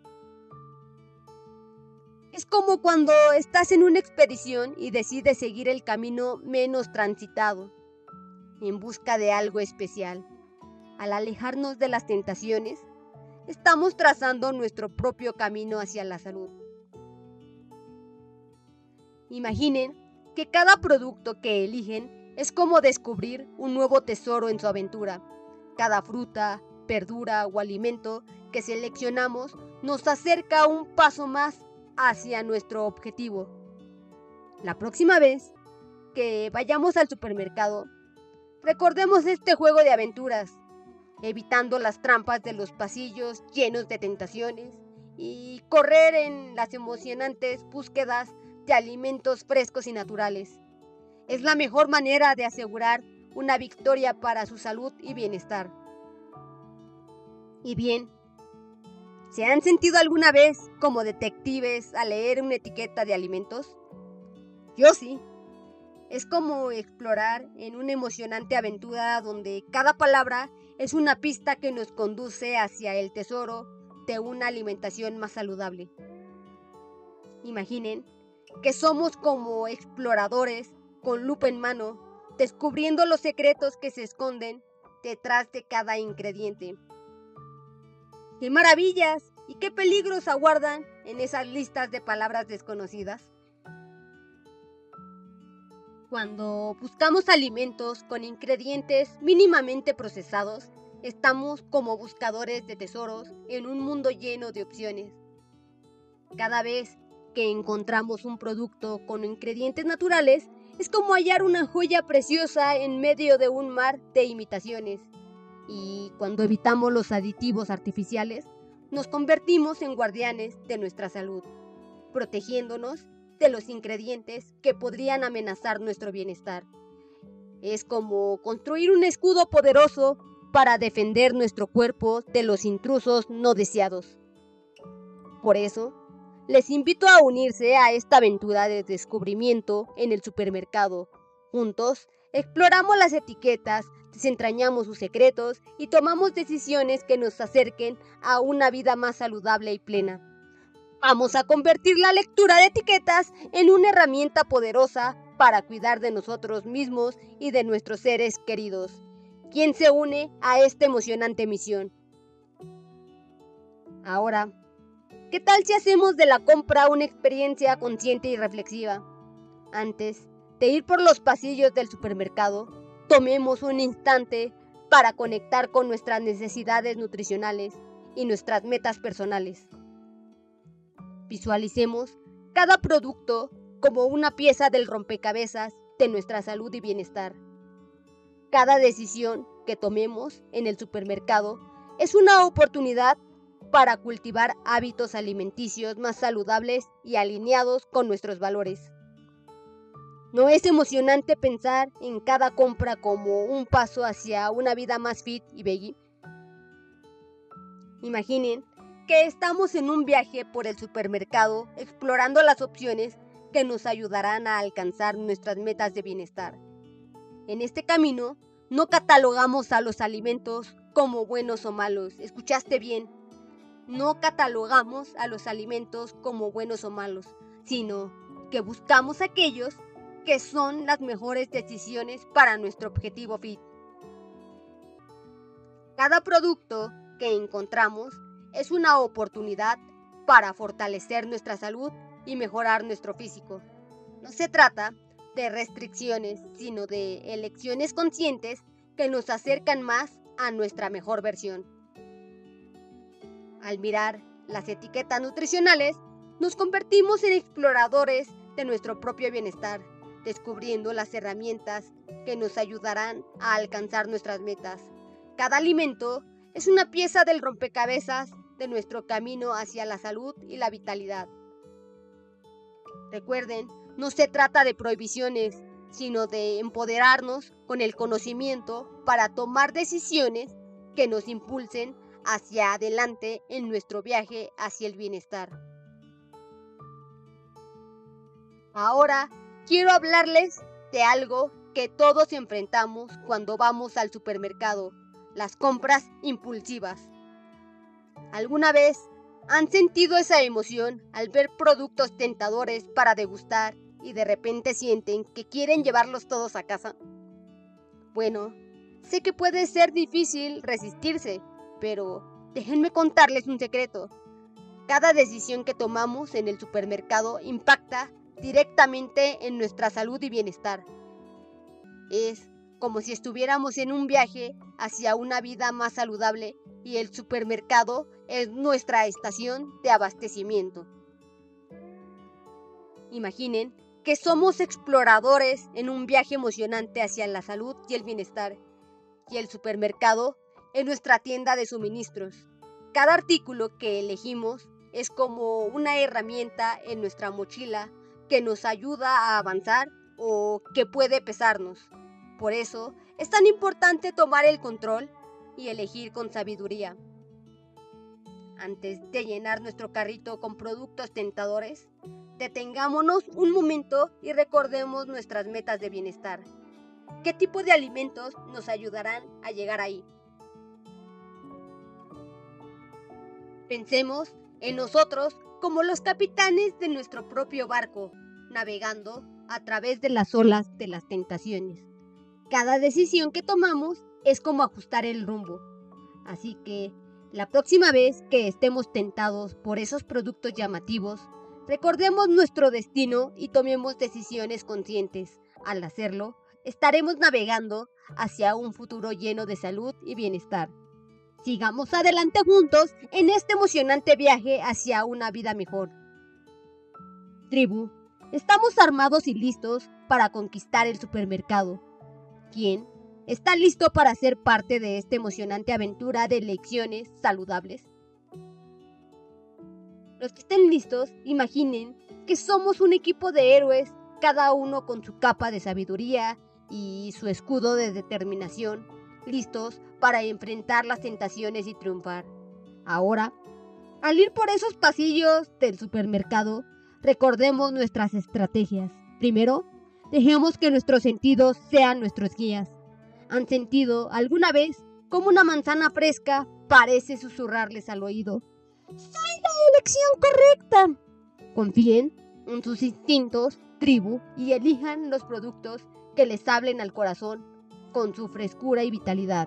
Es como cuando estás en una expedición y decides seguir el camino menos transitado, en busca de algo especial. Al alejarnos de las tentaciones, estamos trazando nuestro propio camino hacia la salud. Imaginen que cada producto que eligen es como descubrir un nuevo tesoro en su aventura. Cada fruta, verdura o alimento que seleccionamos nos acerca un paso más hacia nuestro objetivo. La próxima vez que vayamos al supermercado, recordemos este juego de aventuras, evitando las trampas de los pasillos llenos de tentaciones y correr en las emocionantes búsquedas de alimentos frescos y naturales. Es la mejor manera de asegurar una victoria para su salud y bienestar. Y bien, ¿se han sentido alguna vez como detectives al leer una etiqueta de alimentos? Yo sí. Es como explorar en una emocionante aventura donde cada palabra es una pista que nos conduce hacia el tesoro de una alimentación más saludable. Imaginen que somos como exploradores con lupa en mano, descubriendo los secretos que se esconden detrás de cada ingrediente. ¡Qué maravillas! ¿Y qué peligros aguardan en esas listas de palabras desconocidas? Cuando buscamos alimentos con ingredientes mínimamente procesados, estamos como buscadores de tesoros en un mundo lleno de opciones. Cada vez que encontramos un producto con ingredientes naturales, es como hallar una joya preciosa en medio de un mar de imitaciones. Y cuando evitamos los aditivos artificiales, nos convertimos en guardianes de nuestra salud, protegiéndonos de los ingredientes que podrían amenazar nuestro bienestar. Es como construir un escudo poderoso para defender nuestro cuerpo de los intrusos no deseados. Por eso, les invito a unirse a esta aventura de descubrimiento en el supermercado. Juntos, exploramos las etiquetas, desentrañamos sus secretos y tomamos decisiones que nos acerquen a una vida más saludable y plena. Vamos a convertir la lectura de etiquetas en una herramienta poderosa para cuidar de nosotros mismos y de nuestros seres queridos. ¿Quién se une a esta emocionante misión? Ahora, ¿qué tal si hacemos de la compra una experiencia consciente y reflexiva? Antes de ir por los pasillos del supermercado, tomemos un instante para conectar con nuestras necesidades nutricionales y nuestras metas personales. Visualicemos cada producto como una pieza del rompecabezas de nuestra salud y bienestar. Cada decisión que tomemos en el supermercado es una oportunidad para cultivar hábitos alimenticios más saludables y alineados con nuestros valores. ¿No es emocionante pensar en cada compra como un paso hacia una vida más fit y veggie? Imaginen que estamos en un viaje por el supermercado explorando las opciones que nos ayudarán a alcanzar nuestras metas de bienestar. En este camino, no catalogamos a los alimentos como buenos o malos. ¿Escuchaste bien? No catalogamos a los alimentos como buenos o malos, sino que buscamos aquellos que son las mejores decisiones para nuestro objetivo fit. Cada producto que encontramos es una oportunidad para fortalecer nuestra salud y mejorar nuestro físico. No se trata de restricciones, sino de elecciones conscientes que nos acercan más a nuestra mejor versión. Al mirar las etiquetas nutricionales, nos convertimos en exploradores de nuestro propio bienestar, descubriendo las herramientas que nos ayudarán a alcanzar nuestras metas. Cada alimento es una pieza del rompecabezas de nuestro camino hacia la salud y la vitalidad. Recuerden, no se trata de prohibiciones, sino de empoderarnos con el conocimiento para tomar decisiones que nos impulsen hacia adelante en nuestro viaje hacia el bienestar. Ahora quiero hablarles de algo que todos enfrentamos cuando vamos al supermercado: las compras impulsivas. ¿Alguna vez han sentido esa emoción al ver productos tentadores para degustar y de repente sienten que quieren llevarlos todos a casa? Bueno, sé que puede ser difícil resistirse, pero déjenme contarles un secreto. Cada decisión que tomamos en el supermercado impacta directamente en nuestra salud y bienestar. Es como si estuviéramos en un viaje hacia una vida más saludable y el supermercado es nuestra estación de abastecimiento. Imaginen que somos exploradores en un viaje emocionante hacia la salud y el bienestar, y el supermercado es nuestra tienda de suministros. Cada artículo que elegimos es como una herramienta en nuestra mochila que nos ayuda a avanzar o que puede pesarnos. Por eso es tan importante tomar el control y elegir con sabiduría. Antes de llenar nuestro carrito con productos tentadores, detengámonos un momento y recordemos nuestras metas de bienestar. ¿Qué tipo de alimentos nos ayudarán a llegar ahí? Pensemos en nosotros como los capitanes de nuestro propio barco, navegando a través de las olas de las tentaciones. Cada decisión que tomamos es como ajustar el rumbo. Así que, la próxima vez que estemos tentados por esos productos llamativos, recordemos nuestro destino y tomemos decisiones conscientes. Al hacerlo, estaremos navegando hacia un futuro lleno de salud y bienestar. Sigamos adelante juntos en este emocionante viaje hacia una vida mejor. Tribu, estamos armados y listos para conquistar el supermercado. ¿Quién está listo para ser parte de esta emocionante aventura de elecciones saludables? Los que estén listos, imaginen que somos un equipo de héroes, cada uno con su capa de sabiduría y su escudo de determinación, listos para enfrentar las tentaciones y triunfar. Ahora, al ir por esos pasillos del supermercado, recordemos nuestras estrategias. Primero, dejemos que nuestros sentidos sean nuestros guías. ¿Han sentido alguna vez cómo una manzana fresca parece susurrarles al oído: ¡soy la elección correcta! Confíen en sus instintos, tribu, y elijan los productos que les hablen al corazón con su frescura y vitalidad.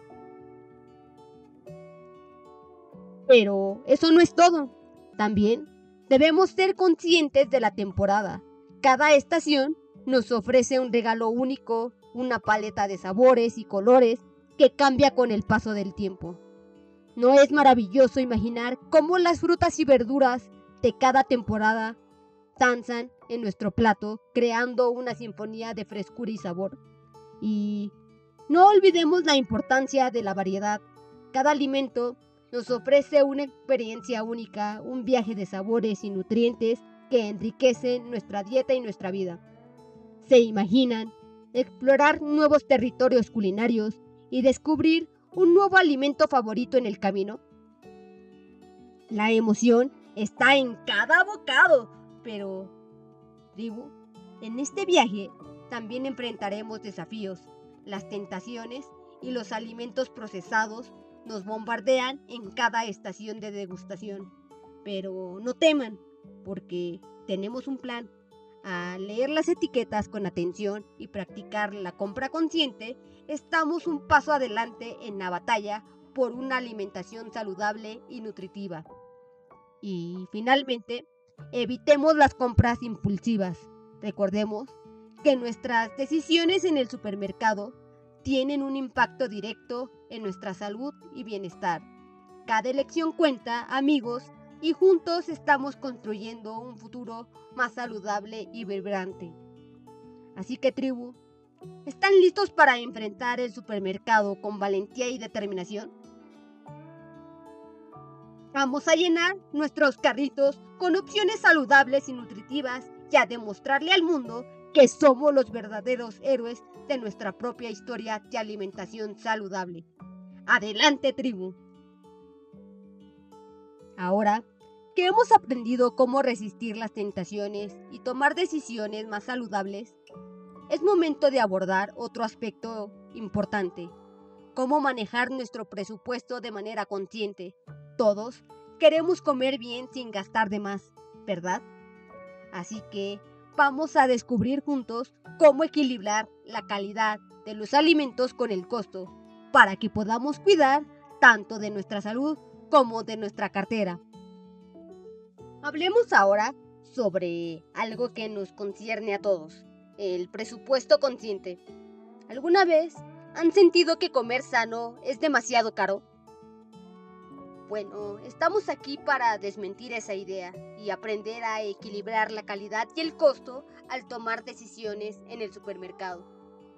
Pero eso no es todo. También debemos ser conscientes de la temporada. Cada estación nos ofrece un regalo único, una paleta de sabores y colores que cambia con el paso del tiempo. ¿No es maravilloso imaginar cómo las frutas y verduras de cada temporada danzan en nuestro plato, creando una sinfonía de frescura y sabor? Y no olvidemos la importancia de la variedad. Cada alimento nos ofrece una experiencia única, un viaje de sabores y nutrientes que enriquecen nuestra dieta y nuestra vida. ¿Se imaginan explorar nuevos territorios culinarios y descubrir un nuevo alimento favorito en el camino? La emoción está en cada bocado, pero, tribu, en este viaje también enfrentaremos desafíos. Las tentaciones y los alimentos procesados nos bombardean en cada estación de degustación. Pero no teman, porque tenemos un plan. Al leer las etiquetas con atención y practicar la compra consciente, estamos un paso adelante en la batalla por una alimentación saludable y nutritiva. Y finalmente, evitemos las compras impulsivas. Recordemos que nuestras decisiones en el supermercado tienen un impacto directo en nuestra salud y bienestar. Cada elección cuenta, amigos, y juntos estamos construyendo un futuro más saludable y vibrante. Así que, tribu, ¿están listos para enfrentar el supermercado con valentía y determinación? Vamos a llenar nuestros carritos con opciones saludables y nutritivas y a demostrarle al mundo que somos los verdaderos héroes de nuestra propia historia de alimentación saludable. ¡Adelante, tribu! Ahora que hemos aprendido cómo resistir las tentaciones y tomar decisiones más saludables, es momento de abordar otro aspecto importante: cómo manejar nuestro presupuesto de manera consciente. Todos queremos comer bien sin gastar de más, ¿verdad? Así que vamos a descubrir juntos cómo equilibrar la calidad de los alimentos con el costo, para que podamos cuidar tanto de nuestra salud como de nuestra cartera. Hablemos ahora sobre algo que nos concierne a todos: el presupuesto consciente. ¿Alguna vez han sentido que comer sano es demasiado caro? Bueno, estamos aquí para desmentir esa idea y aprender a equilibrar la calidad y el costo al tomar decisiones en el supermercado.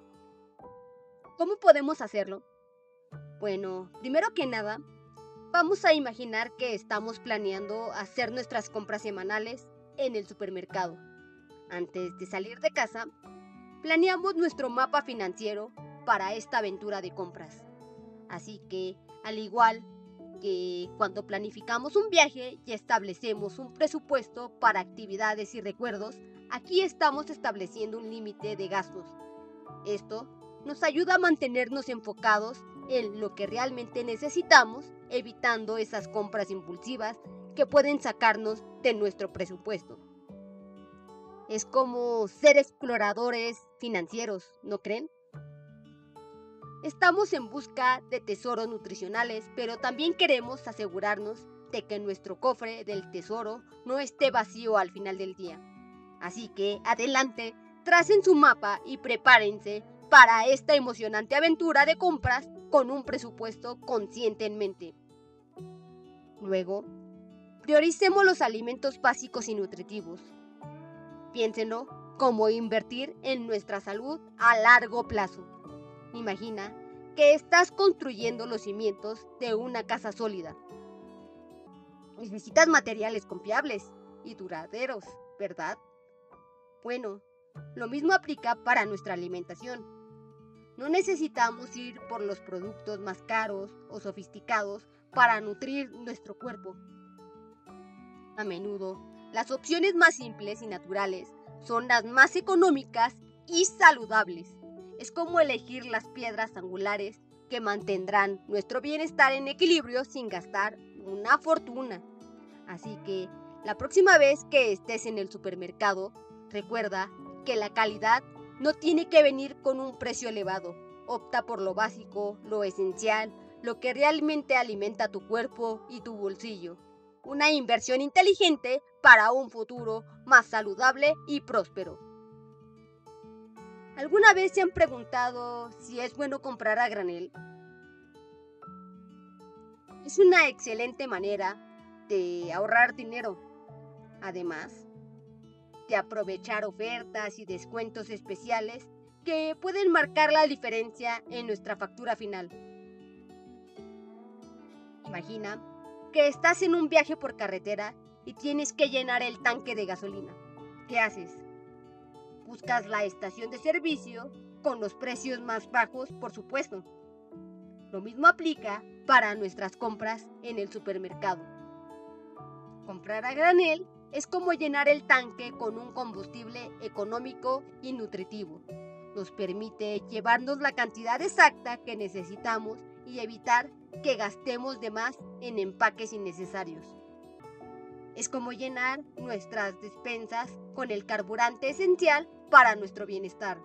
¿Cómo podemos hacerlo? Bueno, primero que nada, vamos a imaginar que estamos planeando hacer nuestras compras semanales en el supermercado. Antes de salir de casa, planeamos nuestro mapa financiero para esta aventura de compras. Así que, al igual que cuando planificamos un viaje y establecemos un presupuesto para actividades y recuerdos, aquí estamos estableciendo un límite de gastos. Esto nos ayuda a mantenernos enfocados en lo que realmente necesitamos, evitando esas compras impulsivas que pueden sacarnos de nuestro presupuesto. Es como ser exploradores financieros, ¿no creen? Estamos en busca de tesoros nutricionales, pero también queremos asegurarnos de que nuestro cofre del tesoro no esté vacío al final del día. Así que, adelante, tracen su mapa y prepárense para esta emocionante aventura de compras con un presupuesto consciente en mente. Luego, prioricemos los alimentos básicos y nutritivos. Piénsenlo como invertir en nuestra salud a largo plazo. Imagina que estás construyendo los cimientos de una casa sólida. Necesitas materiales confiables y duraderos, ¿verdad? Bueno, lo mismo aplica para nuestra alimentación. No necesitamos ir por los productos más caros o sofisticados para nutrir nuestro cuerpo. A menudo, las opciones más simples y naturales son las más económicas y saludables. Es como elegir las piedras angulares que mantendrán nuestro bienestar en equilibrio sin gastar una fortuna. Así que, la próxima vez que estés en el supermercado, recuerda que la calidad no tiene que venir con un precio elevado. Opta por lo básico, lo esencial, lo que realmente alimenta tu cuerpo y tu bolsillo. Una inversión inteligente para un futuro más saludable y próspero. ¿Alguna vez se han preguntado si es bueno comprar a granel? Es una excelente manera de ahorrar dinero, además de aprovechar ofertas y descuentos especiales que pueden marcar la diferencia en nuestra factura final. Imagina que estás en un viaje por carretera y tienes que llenar el tanque de gasolina. ¿Qué haces? Buscas la estación de servicio con los precios más bajos, por supuesto. Lo mismo aplica para nuestras compras en el supermercado. Comprar a granel es como llenar el tanque con un combustible económico y nutritivo. nos permite llevarnos la cantidad exacta que necesitamos y evitar que gastemos de más en empaques innecesarios. Es como llenar nuestras despensas con el carburante esencial para nuestro bienestar.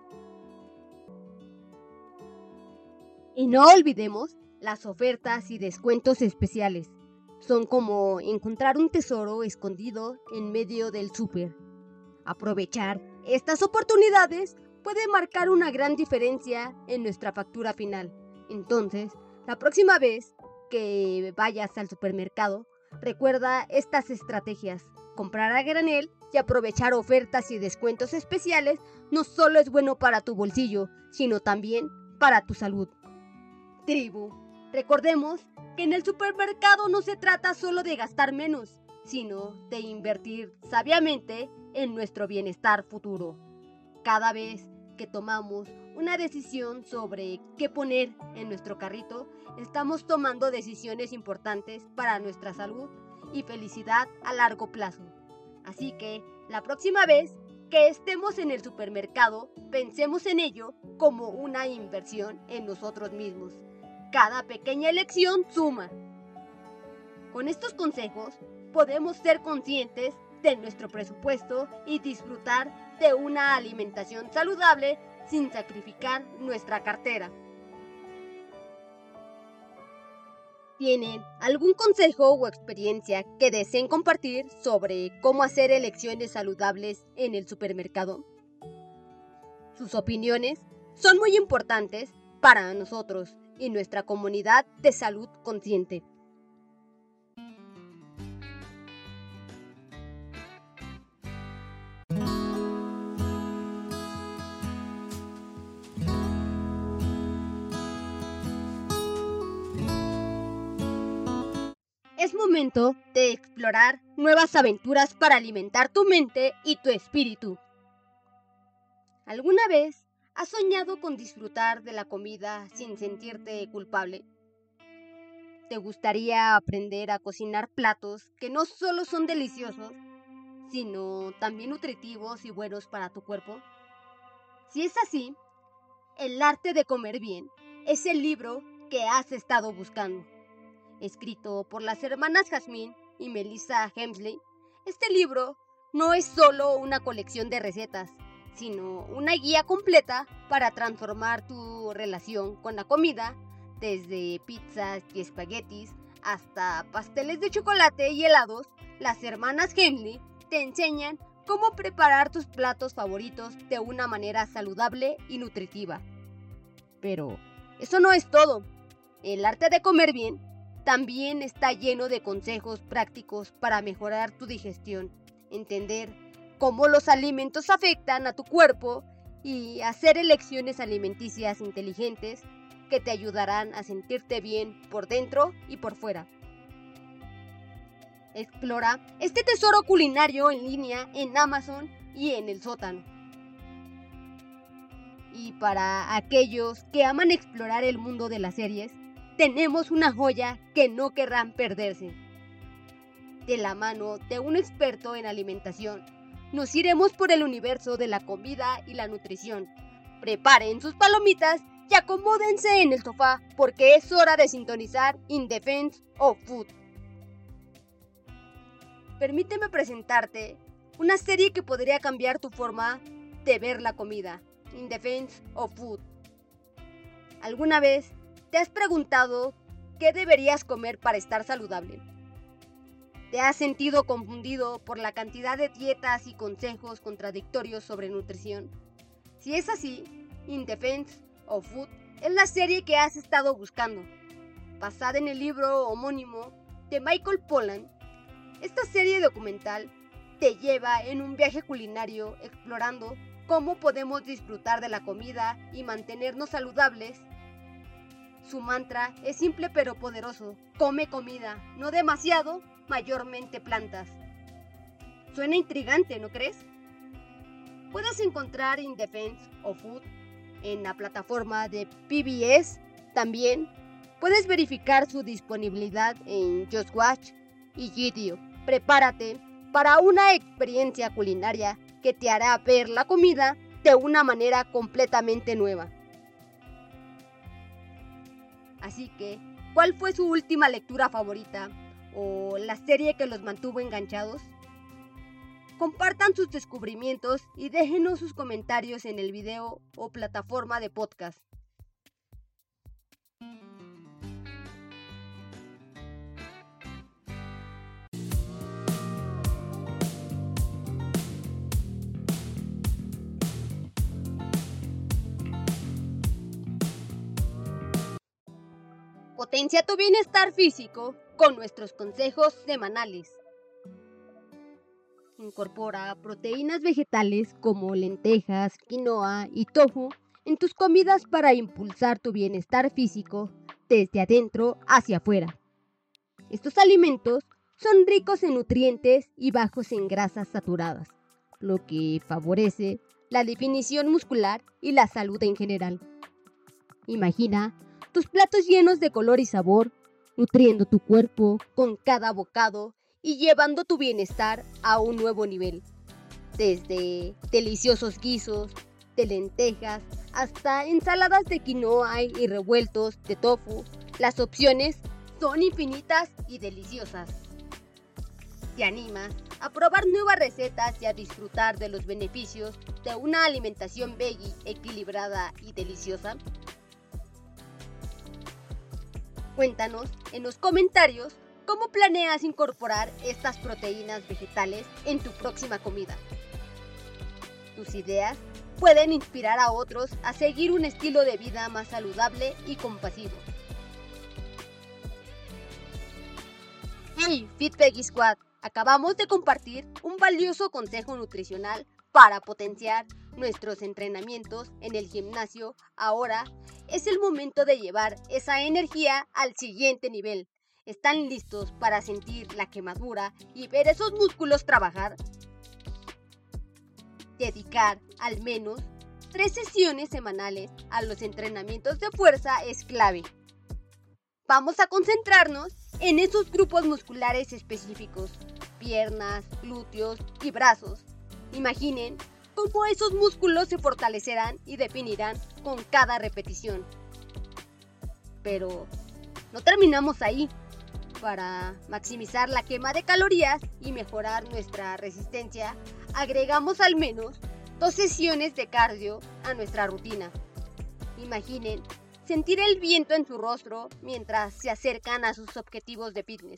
Y no olvidemos las ofertas y descuentos especiales. Son como encontrar un tesoro escondido en medio del súper. Aprovechar estas oportunidades puede marcar una gran diferencia en nuestra factura final. Entonces, la próxima vez que vayas al supermercado, recuerda estas estrategias. Comprar a granel y aprovechar ofertas y descuentos especiales no solo es bueno para tu bolsillo, sino también para tu salud. Tribu, recordemos que en el supermercado no se trata solo de gastar menos, sino de invertir sabiamente en nuestro bienestar futuro. Cada vez que tomamos una decisión sobre qué poner en nuestro carrito, estamos tomando decisiones importantes para nuestra salud y felicidad a largo plazo. Así que, la próxima vez que estemos en el supermercado, pensemos en ello como una inversión en nosotros mismos. Cada pequeña elección suma. Con estos consejos, podemos ser conscientes de nuestro presupuesto y disfrutar de una alimentación saludable sin sacrificar nuestra cartera. ¿Tienen algún consejo o experiencia que deseen compartir sobre cómo hacer elecciones saludables en el supermercado? Sus opiniones son muy importantes para nosotros y nuestra comunidad de salud consciente. Es momento de explorar nuevas aventuras para alimentar tu mente y tu espíritu. ¿Alguna vez has soñado con disfrutar de la comida sin sentirte culpable? ¿Te gustaría aprender a cocinar platos que no solo son deliciosos, sino también nutritivos y buenos para tu cuerpo? Si es así, El arte de comer bien es el libro que has estado buscando. Escrito por las hermanas Jasmine y Melissa Hemsley, este libro no es solo una colección de recetas, sino una guía completa para transformar tu relación con la comida, desde pizzas y espaguetis hasta pasteles de chocolate y helados. Las hermanas Hemsley te enseñan cómo preparar tus platos favoritos de una manera saludable y nutritiva. Pero eso no es todo. El arte de comer bien también está lleno de consejos prácticos para mejorar tu digestión, entender cómo los alimentos afectan a tu cuerpo y hacer elecciones alimenticias inteligentes que te ayudarán a sentirte bien por dentro y por fuera. Explora este tesoro culinario en línea en Amazon y en el sótano. Y para aquellos que aman explorar el mundo de las series, tenemos una joya que no querrán perderse. De la mano de un experto en alimentación, nos iremos por el universo de la comida y la nutrición. Preparen sus palomitas y acomódense en el sofá porque es hora de sintonizar In Defense of Food. Permíteme presentarte una serie que podría cambiar tu forma de ver la comida. In Defense of Food. ¿Alguna vez te has preguntado qué deberías comer para estar saludable? ¿Te has sentido confundido por la cantidad de dietas y consejos contradictorios sobre nutrición? Si es así, In Defense of Food es la serie que has estado buscando. Basada en el libro homónimo de Michael Pollan, esta serie documental te lleva en un viaje culinario explorando cómo podemos disfrutar de la comida y mantenernos saludables. Su mantra es simple pero poderoso: come comida, no demasiado, mayormente plantas. Suena intrigante, ¿no crees? Puedes encontrar In Defense of Food en la plataforma de P B S. También puedes verificar su disponibilidad en Just Watch y Video. Prepárate para una experiencia culinaria que te hará ver la comida de una manera completamente nueva. Así que, ¿cuál fue su última lectura favorita o la serie que los mantuvo enganchados? Compartan sus descubrimientos y déjenos sus comentarios en el video o plataforma de podcast. Potencia tu bienestar físico con nuestros consejos semanales. Incorpora proteínas vegetales como lentejas, quinoa y tofu en tus comidas para impulsar tu bienestar físico desde adentro hacia afuera. Estos alimentos son ricos en nutrientes y bajos en grasas saturadas, lo que favorece la definición muscular y la salud en general. Imagina tus platos llenos de color y sabor, nutriendo tu cuerpo con cada bocado y llevando tu bienestar a un nuevo nivel. Desde deliciosos guisos de lentejas hasta ensaladas de quinoa y revueltos de tofu, las opciones son infinitas y deliciosas. ¿Te animas a probar nuevas recetas y a disfrutar de los beneficios de una alimentación veggie equilibrada y deliciosa? Cuéntanos en los comentarios cómo planeas incorporar estas proteínas vegetales en tu próxima comida. Tus ideas pueden inspirar a otros a seguir un estilo de vida más saludable y compasivo. Hey, Fit Veggie Squad, acabamos de compartir un valioso consejo nutricional para potenciar nuestros entrenamientos en el gimnasio. Ahora es el momento de llevar esa energía al siguiente nivel. ¿Están listos para sentir la quemadura y ver esos músculos trabajar? Dedicar al menos tres sesiones semanales a los entrenamientos de fuerza es clave. Vamos a concentrarnos en esos grupos musculares específicos: piernas, glúteos y brazos. Imaginen cómo esos músculos se fortalecerán y definirán con cada repetición. Pero no terminamos ahí. Para maximizar la quema de calorías y mejorar nuestra resistencia, agregamos al menos dos sesiones de cardio a nuestra rutina. Imaginen sentir el viento en su rostro mientras se acercan a sus objetivos de fitness.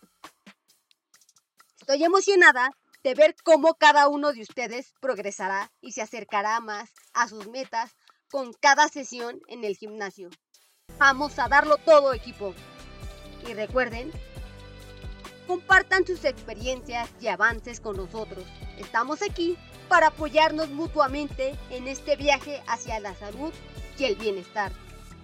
Estoy emocionada de ver cómo cada uno de ustedes progresará y se acercará más a sus metas con cada sesión en el gimnasio. Vamos a darlo todo, equipo. Y recuerden, compartan sus experiencias y avances con nosotros. Estamos aquí para apoyarnos mutuamente en este viaje hacia la salud y el bienestar.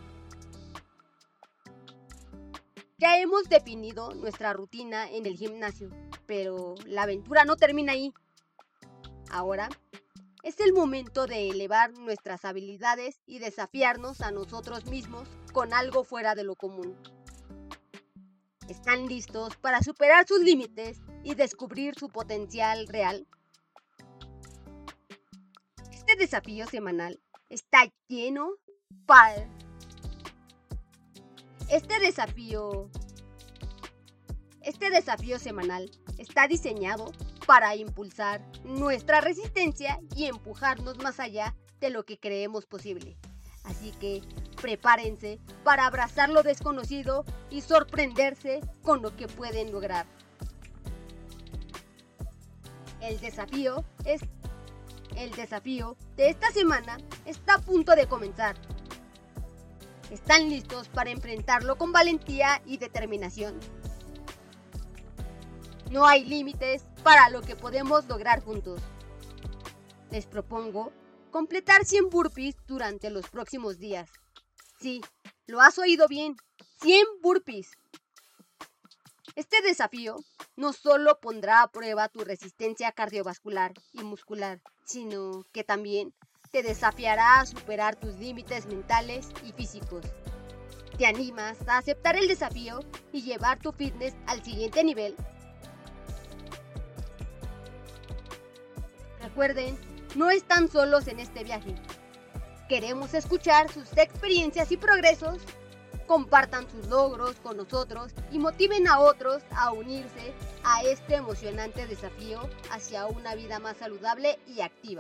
Ya hemos definido nuestra rutina en el gimnasio, pero la aventura no termina ahí. Ahora es el momento de elevar nuestras habilidades y desafiarnos a nosotros mismos con algo fuera de lo común. ¿Están listos para superar sus límites y descubrir su potencial real? Este desafío semanal está lleno para... Este desafío... Este desafío semanal está diseñado para impulsar nuestra resistencia y empujarnos más allá de lo que creemos posible. Así que prepárense para abrazar lo desconocido y sorprenderse con lo que pueden lograr. El desafío es el desafío de esta semana está a punto de comenzar. ¿Están listos para enfrentarlo con valentía y determinación? No hay límites para lo que podemos lograr juntos. Les propongo completar cien burpees durante los próximos días. Sí, lo has oído bien, cien burpees. Este desafío no solo pondrá a prueba tu resistencia cardiovascular y muscular, sino que también te desafiará a superar tus límites mentales y físicos. ¿Te animas a aceptar el desafío y llevar tu fitness al siguiente nivel? Recuerden, no están solos en este viaje. Queremos escuchar sus experiencias y progresos. Compartan sus logros con nosotros y motiven a otros a unirse a este emocionante desafío hacia una vida más saludable y activa.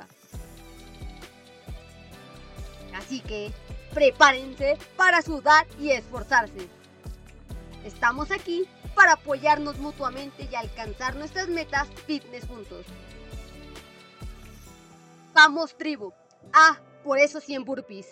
Así que prepárense para sudar y esforzarse. Estamos aquí para apoyarnos mutuamente y alcanzar nuestras metas fitness juntos. ¡Vamos, tribu! ¡Ah, por esos cien burpees!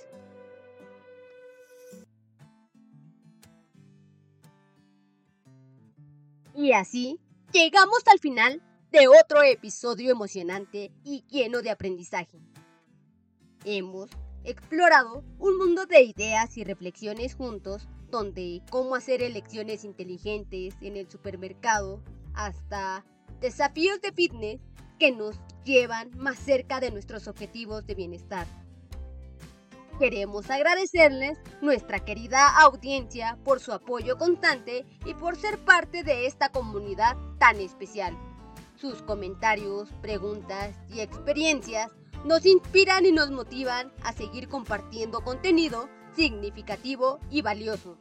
Y así llegamos al final de otro episodio emocionante y lleno de aprendizaje. Hemos explorado un mundo de ideas y reflexiones juntos, donde cómo hacer elecciones inteligentes en el supermercado, hasta desafíos de fitness que nos llevan más cerca de nuestros objetivos de bienestar. Queremos agradecerles, nuestra querida audiencia, por su apoyo constante y por ser parte de esta comunidad tan especial. Sus comentarios, preguntas y experiencias nos inspiran y nos motivan a seguir compartiendo contenido significativo y valioso.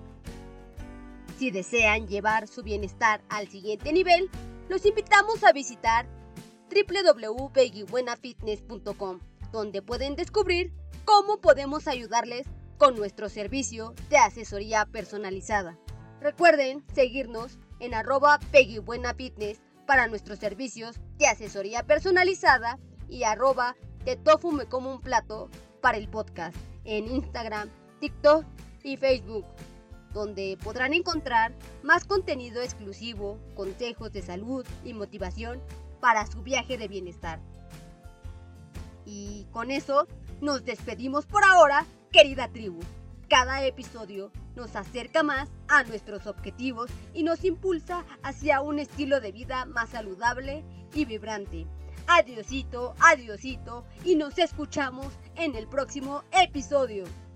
Si desean llevar su bienestar al siguiente nivel, los invitamos a visitar doble u doble u doble u punto peggy buena fitness punto com, donde pueden descubrir cómo podemos ayudarles con nuestro servicio de asesoría personalizada. Recuerden seguirnos en arroba peggybuenafitness para nuestros servicios de asesoría personalizada y arroba de tofu me como un plato para el podcast en Instagram, TikTok y Facebook, donde podrán encontrar más contenido exclusivo, consejos de salud y motivación para su viaje de bienestar. Y con eso nos despedimos por ahora, querida tribu. Cada episodio nos acerca más a nuestros objetivos y nos impulsa hacia un estilo de vida más saludable y vibrante. Adiosito, adiosito y nos escuchamos en el próximo episodio.